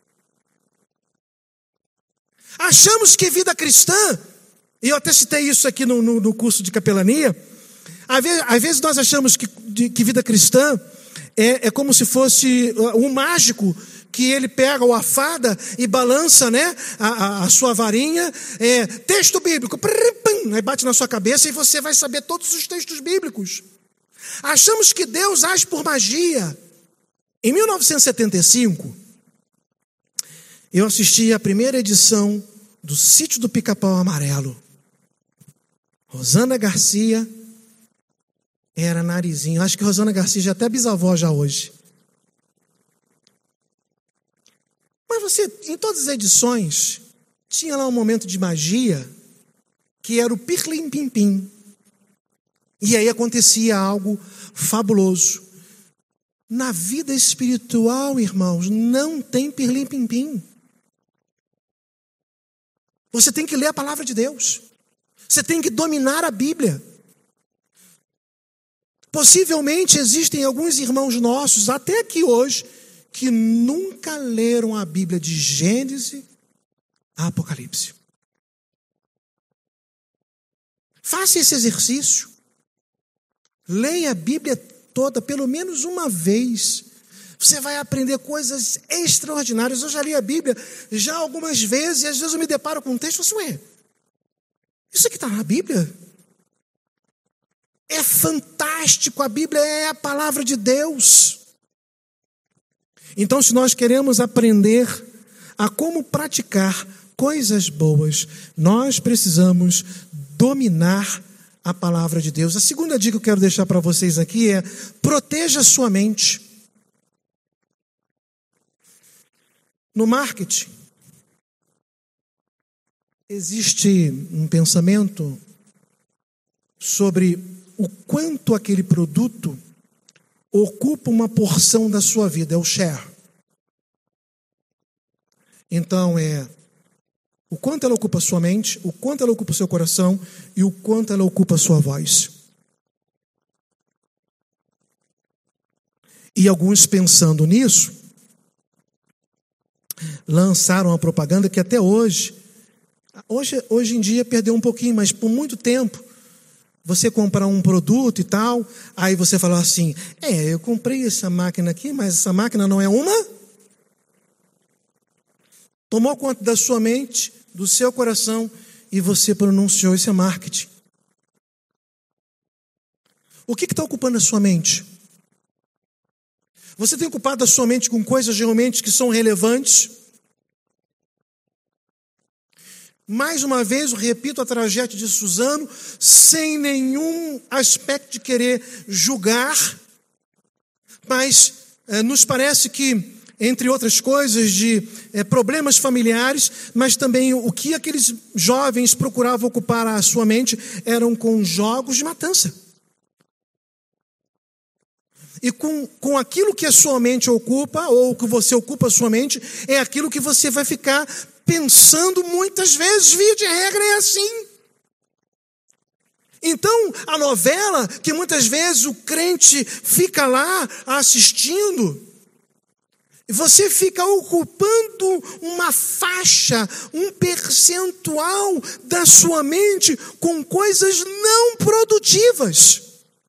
Achamos que vida cristã, e eu até citei isso aqui no, no, no curso de capelania, às vezes, às vezes nós achamos que, de, que vida cristã é, é como se fosse um mágico que ele pega ou a fada e balança, né, a, a, a sua varinha, é, texto bíblico, aí bate na sua cabeça e você vai saber todos os textos bíblicos. Achamos que Deus age por magia. Em mil novecentos e setenta e cinco, eu assisti a primeira edição do Sítio do Pica-Pau Amarelo. Rosana Garcia era narizinho. Acho que Rosana Garcia já é até bisavó já hoje. Mas você, em todas as edições, tinha lá um momento de magia que era o pirlim-pim-pim. E aí acontecia algo fabuloso. Na vida espiritual, irmãos, não tem pirlim-pim-pim. Você tem que ler a palavra de Deus. Você tem que dominar a Bíblia. Possivelmente existem alguns irmãos nossos, até aqui hoje, que nunca leram a Bíblia de Gênesis a Apocalipse. Faça esse exercício. Leia a Bíblia toda, pelo menos uma vez. Você vai aprender coisas extraordinárias. Eu já li a Bíblia já algumas vezes, e às vezes eu me deparo com um texto e falo assim, ué, isso aqui está na Bíblia? É fantástico, a Bíblia é a palavra de Deus. Então, se nós queremos aprender a como praticar coisas boas, nós precisamos dominar a palavra de Deus. A segunda dica que eu quero deixar para vocês aqui é: proteja a sua mente. No marketing, existe um pensamento sobre o quanto aquele produto ocupa uma porção da sua vida, é o share. Então é o quanto ela ocupa a sua mente, o quanto ela ocupa o seu coração e o quanto ela ocupa a sua voz. E alguns, pensando nisso, lançaram a propaganda que até hoje, hoje, hoje em dia perdeu um pouquinho, mas por muito tempo, você comprar um produto e tal, aí você fala assim: é, eu comprei essa máquina aqui, mas essa máquina não é uma. Tomou conta da sua mente, do seu coração, e você pronunciou esse marketing. O que está ocupando a sua mente? Você tem ocupado a sua mente com coisas realmente que são relevantes? Mais uma vez, eu repito a tragédia de Suzano, sem nenhum aspecto de querer julgar, mas é, nos parece que, entre outras coisas, de é, problemas familiares, mas também o que aqueles jovens procuravam ocupar a sua mente eram com jogos de matança. E com, com aquilo que a sua mente ocupa, ou que você ocupa a sua mente, é aquilo que você vai ficar pensando muitas vezes. Via de regra é assim. Então, a novela, que muitas vezes o crente fica lá assistindo, você fica ocupando uma faixa, um percentual da sua mente com coisas não produtivas.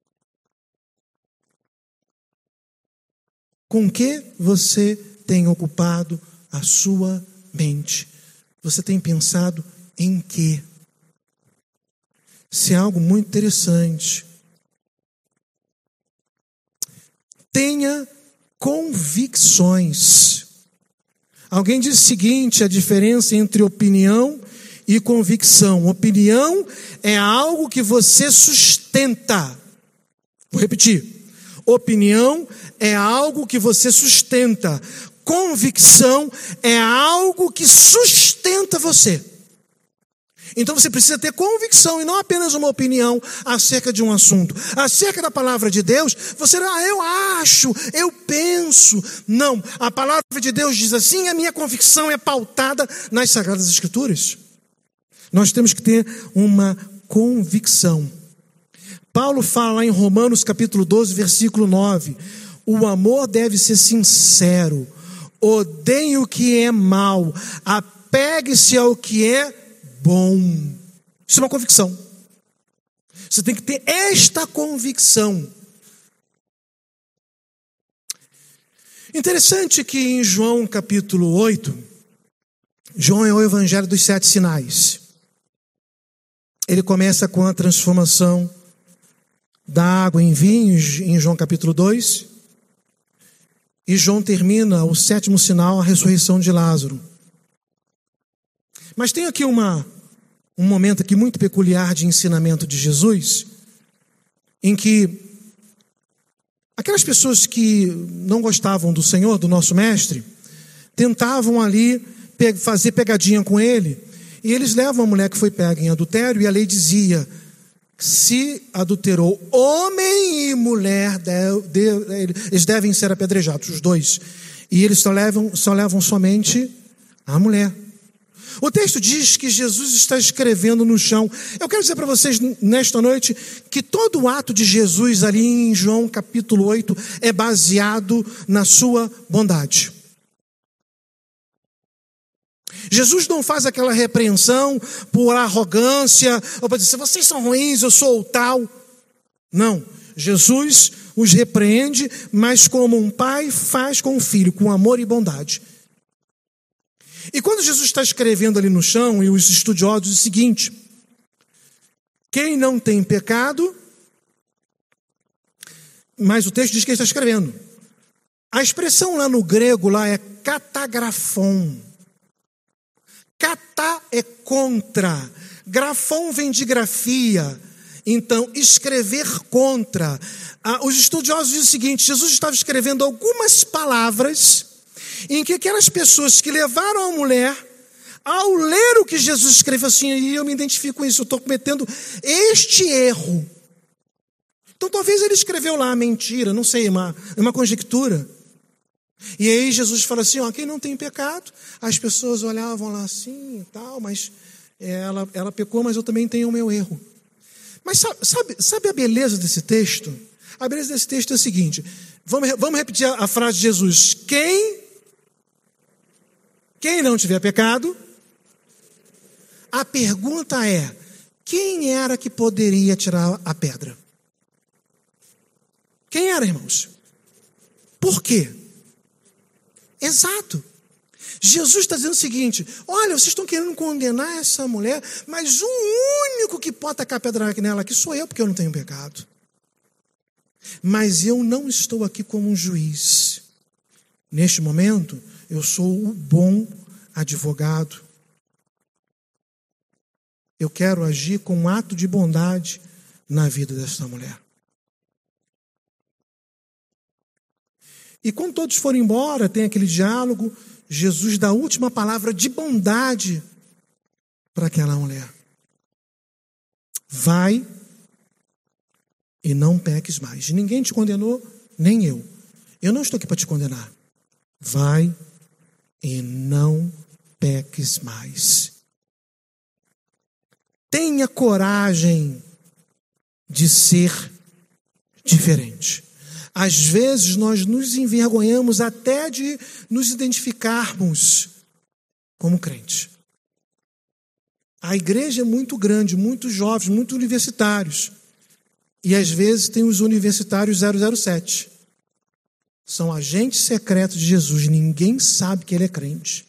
Com que você tem ocupado a sua mente? Você tem pensado em quê? Isso é algo muito interessante. Tenha convicções. Alguém diz o seguinte: a diferença entre opinião e convicção. Opinião é algo que você sustenta. Vou repetir. Opinião é algo que você sustenta. Convicção é algo que sustenta você. Então você precisa ter convicção e não apenas uma opinião acerca de um assunto. Acerca da palavra de Deus, você, ah, eu acho, eu penso. Não, a palavra de Deus diz assim, a minha convicção é pautada nas Sagradas Escrituras. Nós temos que ter uma convicção. Paulo fala lá em Romanos capítulo doze, versículo nove. O amor deve ser sincero. Odeie o que é mal. Apegue-se ao que é bom. Isso é uma convicção. Você tem que ter esta convicção. Interessante que em João capítulo oito, João é o evangelho dos sete sinais. Ele começa com a transformação da água em vinho, em João capítulo dois. E João termina o sétimo sinal, a ressurreição de Lázaro. Mas tem aqui uma, um momento aqui muito peculiar de ensinamento de Jesus, em que aquelas pessoas que não gostavam do Senhor, do nosso mestre, tentavam ali fazer pegadinha com ele, e eles levam a mulher que foi pega em adultério, e a lei dizia: se adulterou homem e mulher, eles devem ser apedrejados, os dois. E eles só levam, só levam somente a mulher. O texto diz que Jesus está escrevendo no chão. Eu quero dizer para vocês nesta noite que todo o ato de Jesus ali em João capítulo oito é baseado na sua bondade. Jesus não faz aquela repreensão por arrogância, ou para dizer, vocês são ruins, eu sou o tal. Não, Jesus os repreende, mas como um pai faz com o filho, com amor e bondade. E quando Jesus está escrevendo ali no chão, e os estudiosos dizem o seguinte: quem não tem pecado, mas o texto diz que ele está escrevendo. A expressão lá no grego lá é catagrafon. Catá é contra, grafon vem de grafia, então escrever contra. Ah, os estudiosos dizem o seguinte: Jesus estava escrevendo algumas palavras em que aquelas pessoas que levaram a mulher, ao ler o que Jesus escreveu assim, e eu me identifico com isso, eu estou cometendo este erro. Então talvez ele escreveu lá mentira, não sei, uma, uma conjectura. E aí Jesus fala assim, ó, quem não tem pecado, as pessoas olhavam lá assim e tal, mas ela, ela pecou, mas eu também tenho o meu erro. Mas sabe, sabe, sabe a beleza desse texto? A beleza desse texto é a seguinte, vamos, vamos repetir a, a frase de Jesus, quem, quem não tiver pecado, a pergunta é, quem era que poderia tirar a pedra? Quem era, irmãos? Por quê? Exato. Jesus está dizendo o seguinte, olha, vocês estão querendo condenar essa mulher, mas o único que pode tacar pedra nela aqui sou eu, porque eu não tenho pecado. Mas eu não estou aqui como um juiz. Neste momento, eu sou o bom advogado. Eu quero agir com um ato de bondade na vida dessa mulher. E quando todos foram embora, tem aquele diálogo, Jesus dá a última palavra de bondade para aquela mulher. Vai e não peques mais. Ninguém te condenou, nem eu. Eu não estou aqui para te condenar. Vai e não peques mais. Tenha coragem de ser diferente. Às vezes nós nos envergonhamos até de nos identificarmos como crentes. A igreja é muito grande, muitos jovens, muitos universitários. E às vezes tem os universitários zero zero sete. São agentes secretos de Jesus, ninguém sabe que ele é crente.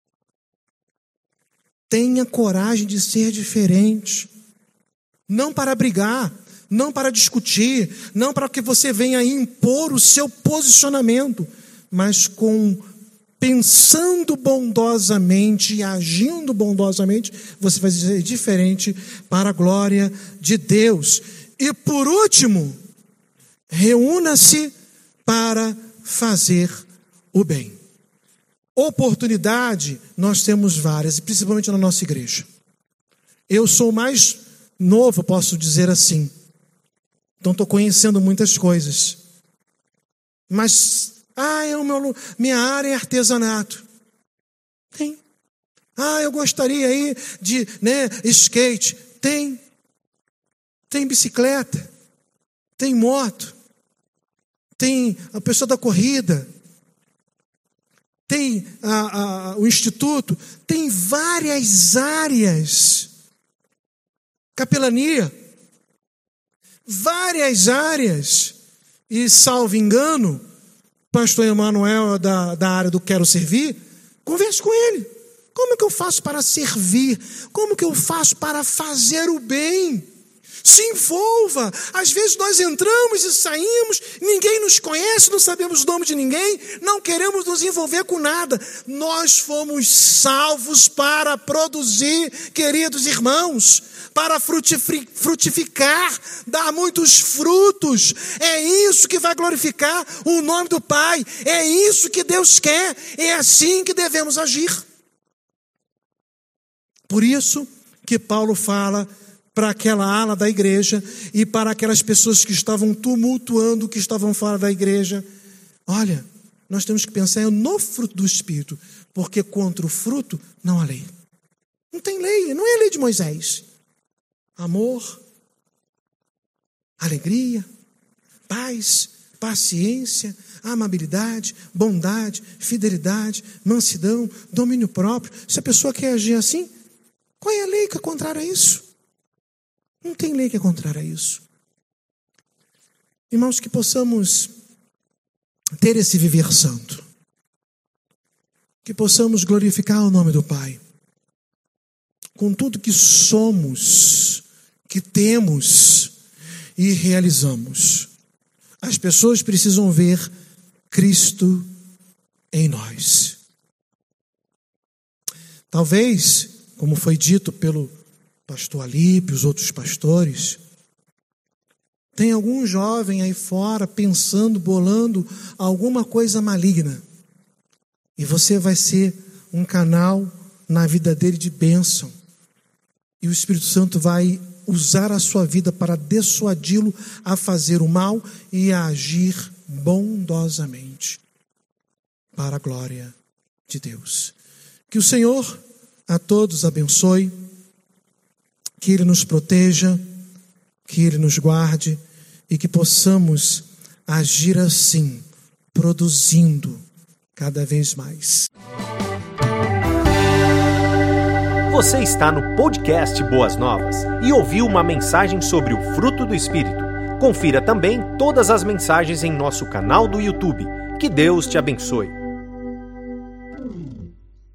Tenha coragem de ser diferente. Não para brigar, não para discutir, não para que você venha impor o seu posicionamento, mas com pensando bondosamente e agindo bondosamente, você vai ser diferente para a glória de Deus. E por último, reúna-se para fazer o bem. Oportunidade, nós temos várias, e principalmente na nossa igreja. Eu sou mais novo, posso dizer assim. Então estou conhecendo muitas coisas. Mas, ah, é o meu, minha área é artesanato. Tem. Ah, eu gostaria aí de, né, skate. Tem. Tem bicicleta. Tem moto. Tem a pessoa da corrida. Tem a, a, o instituto. Tem várias áreas. Capelania. Várias áreas, e salvo engano, pastor Emanuel da, da área do Quero Servir, converse com ele. Como que eu faço para servir? Como que eu faço para fazer o bem? Se envolva. Às vezes nós entramos e saímos, ninguém nos conhece, não sabemos o nome de ninguém, não queremos nos envolver com nada. Nós fomos salvos para produzir, queridos irmãos, para frutificar, dar muitos frutos. É isso que vai glorificar o nome do Pai. É isso que Deus quer. É assim que devemos agir. Por isso que Paulo fala para aquela ala da igreja e para aquelas pessoas que estavam tumultuando, que estavam fora da igreja. Olha, nós temos que pensar no fruto do Espírito, porque contra o fruto não há lei. Não tem lei, não é a lei de Moisés. Amor, alegria, paz, paciência, amabilidade, bondade, fidelidade, mansidão, domínio próprio. Se a pessoa quer agir assim, qual é a lei que é contrária a isso? Não tem lei que é contrária a isso. Irmãos, que possamos ter esse viver santo. Que possamos glorificar o nome do Pai. Com tudo que somos, que temos e realizamos. As pessoas precisam ver Cristo em nós. Talvez, como foi dito pelo pastor Alípio e os outros pastores, Tem algum jovem aí fora pensando, bolando alguma coisa maligna. E você vai ser um canal na vida dele de bênção. E o Espírito Santo vai usar a sua vida para dissuadi-lo a fazer o mal e a agir bondosamente para a glória de Deus. Que o Senhor a todos abençoe, que Ele nos proteja, que Ele nos guarde e que possamos agir assim, produzindo cada vez mais. Você está no podcast Boas Novas e ouviu uma mensagem sobre o fruto do Espírito. Confira também todas as mensagens em nosso canal do YouTube. Que Deus te abençoe.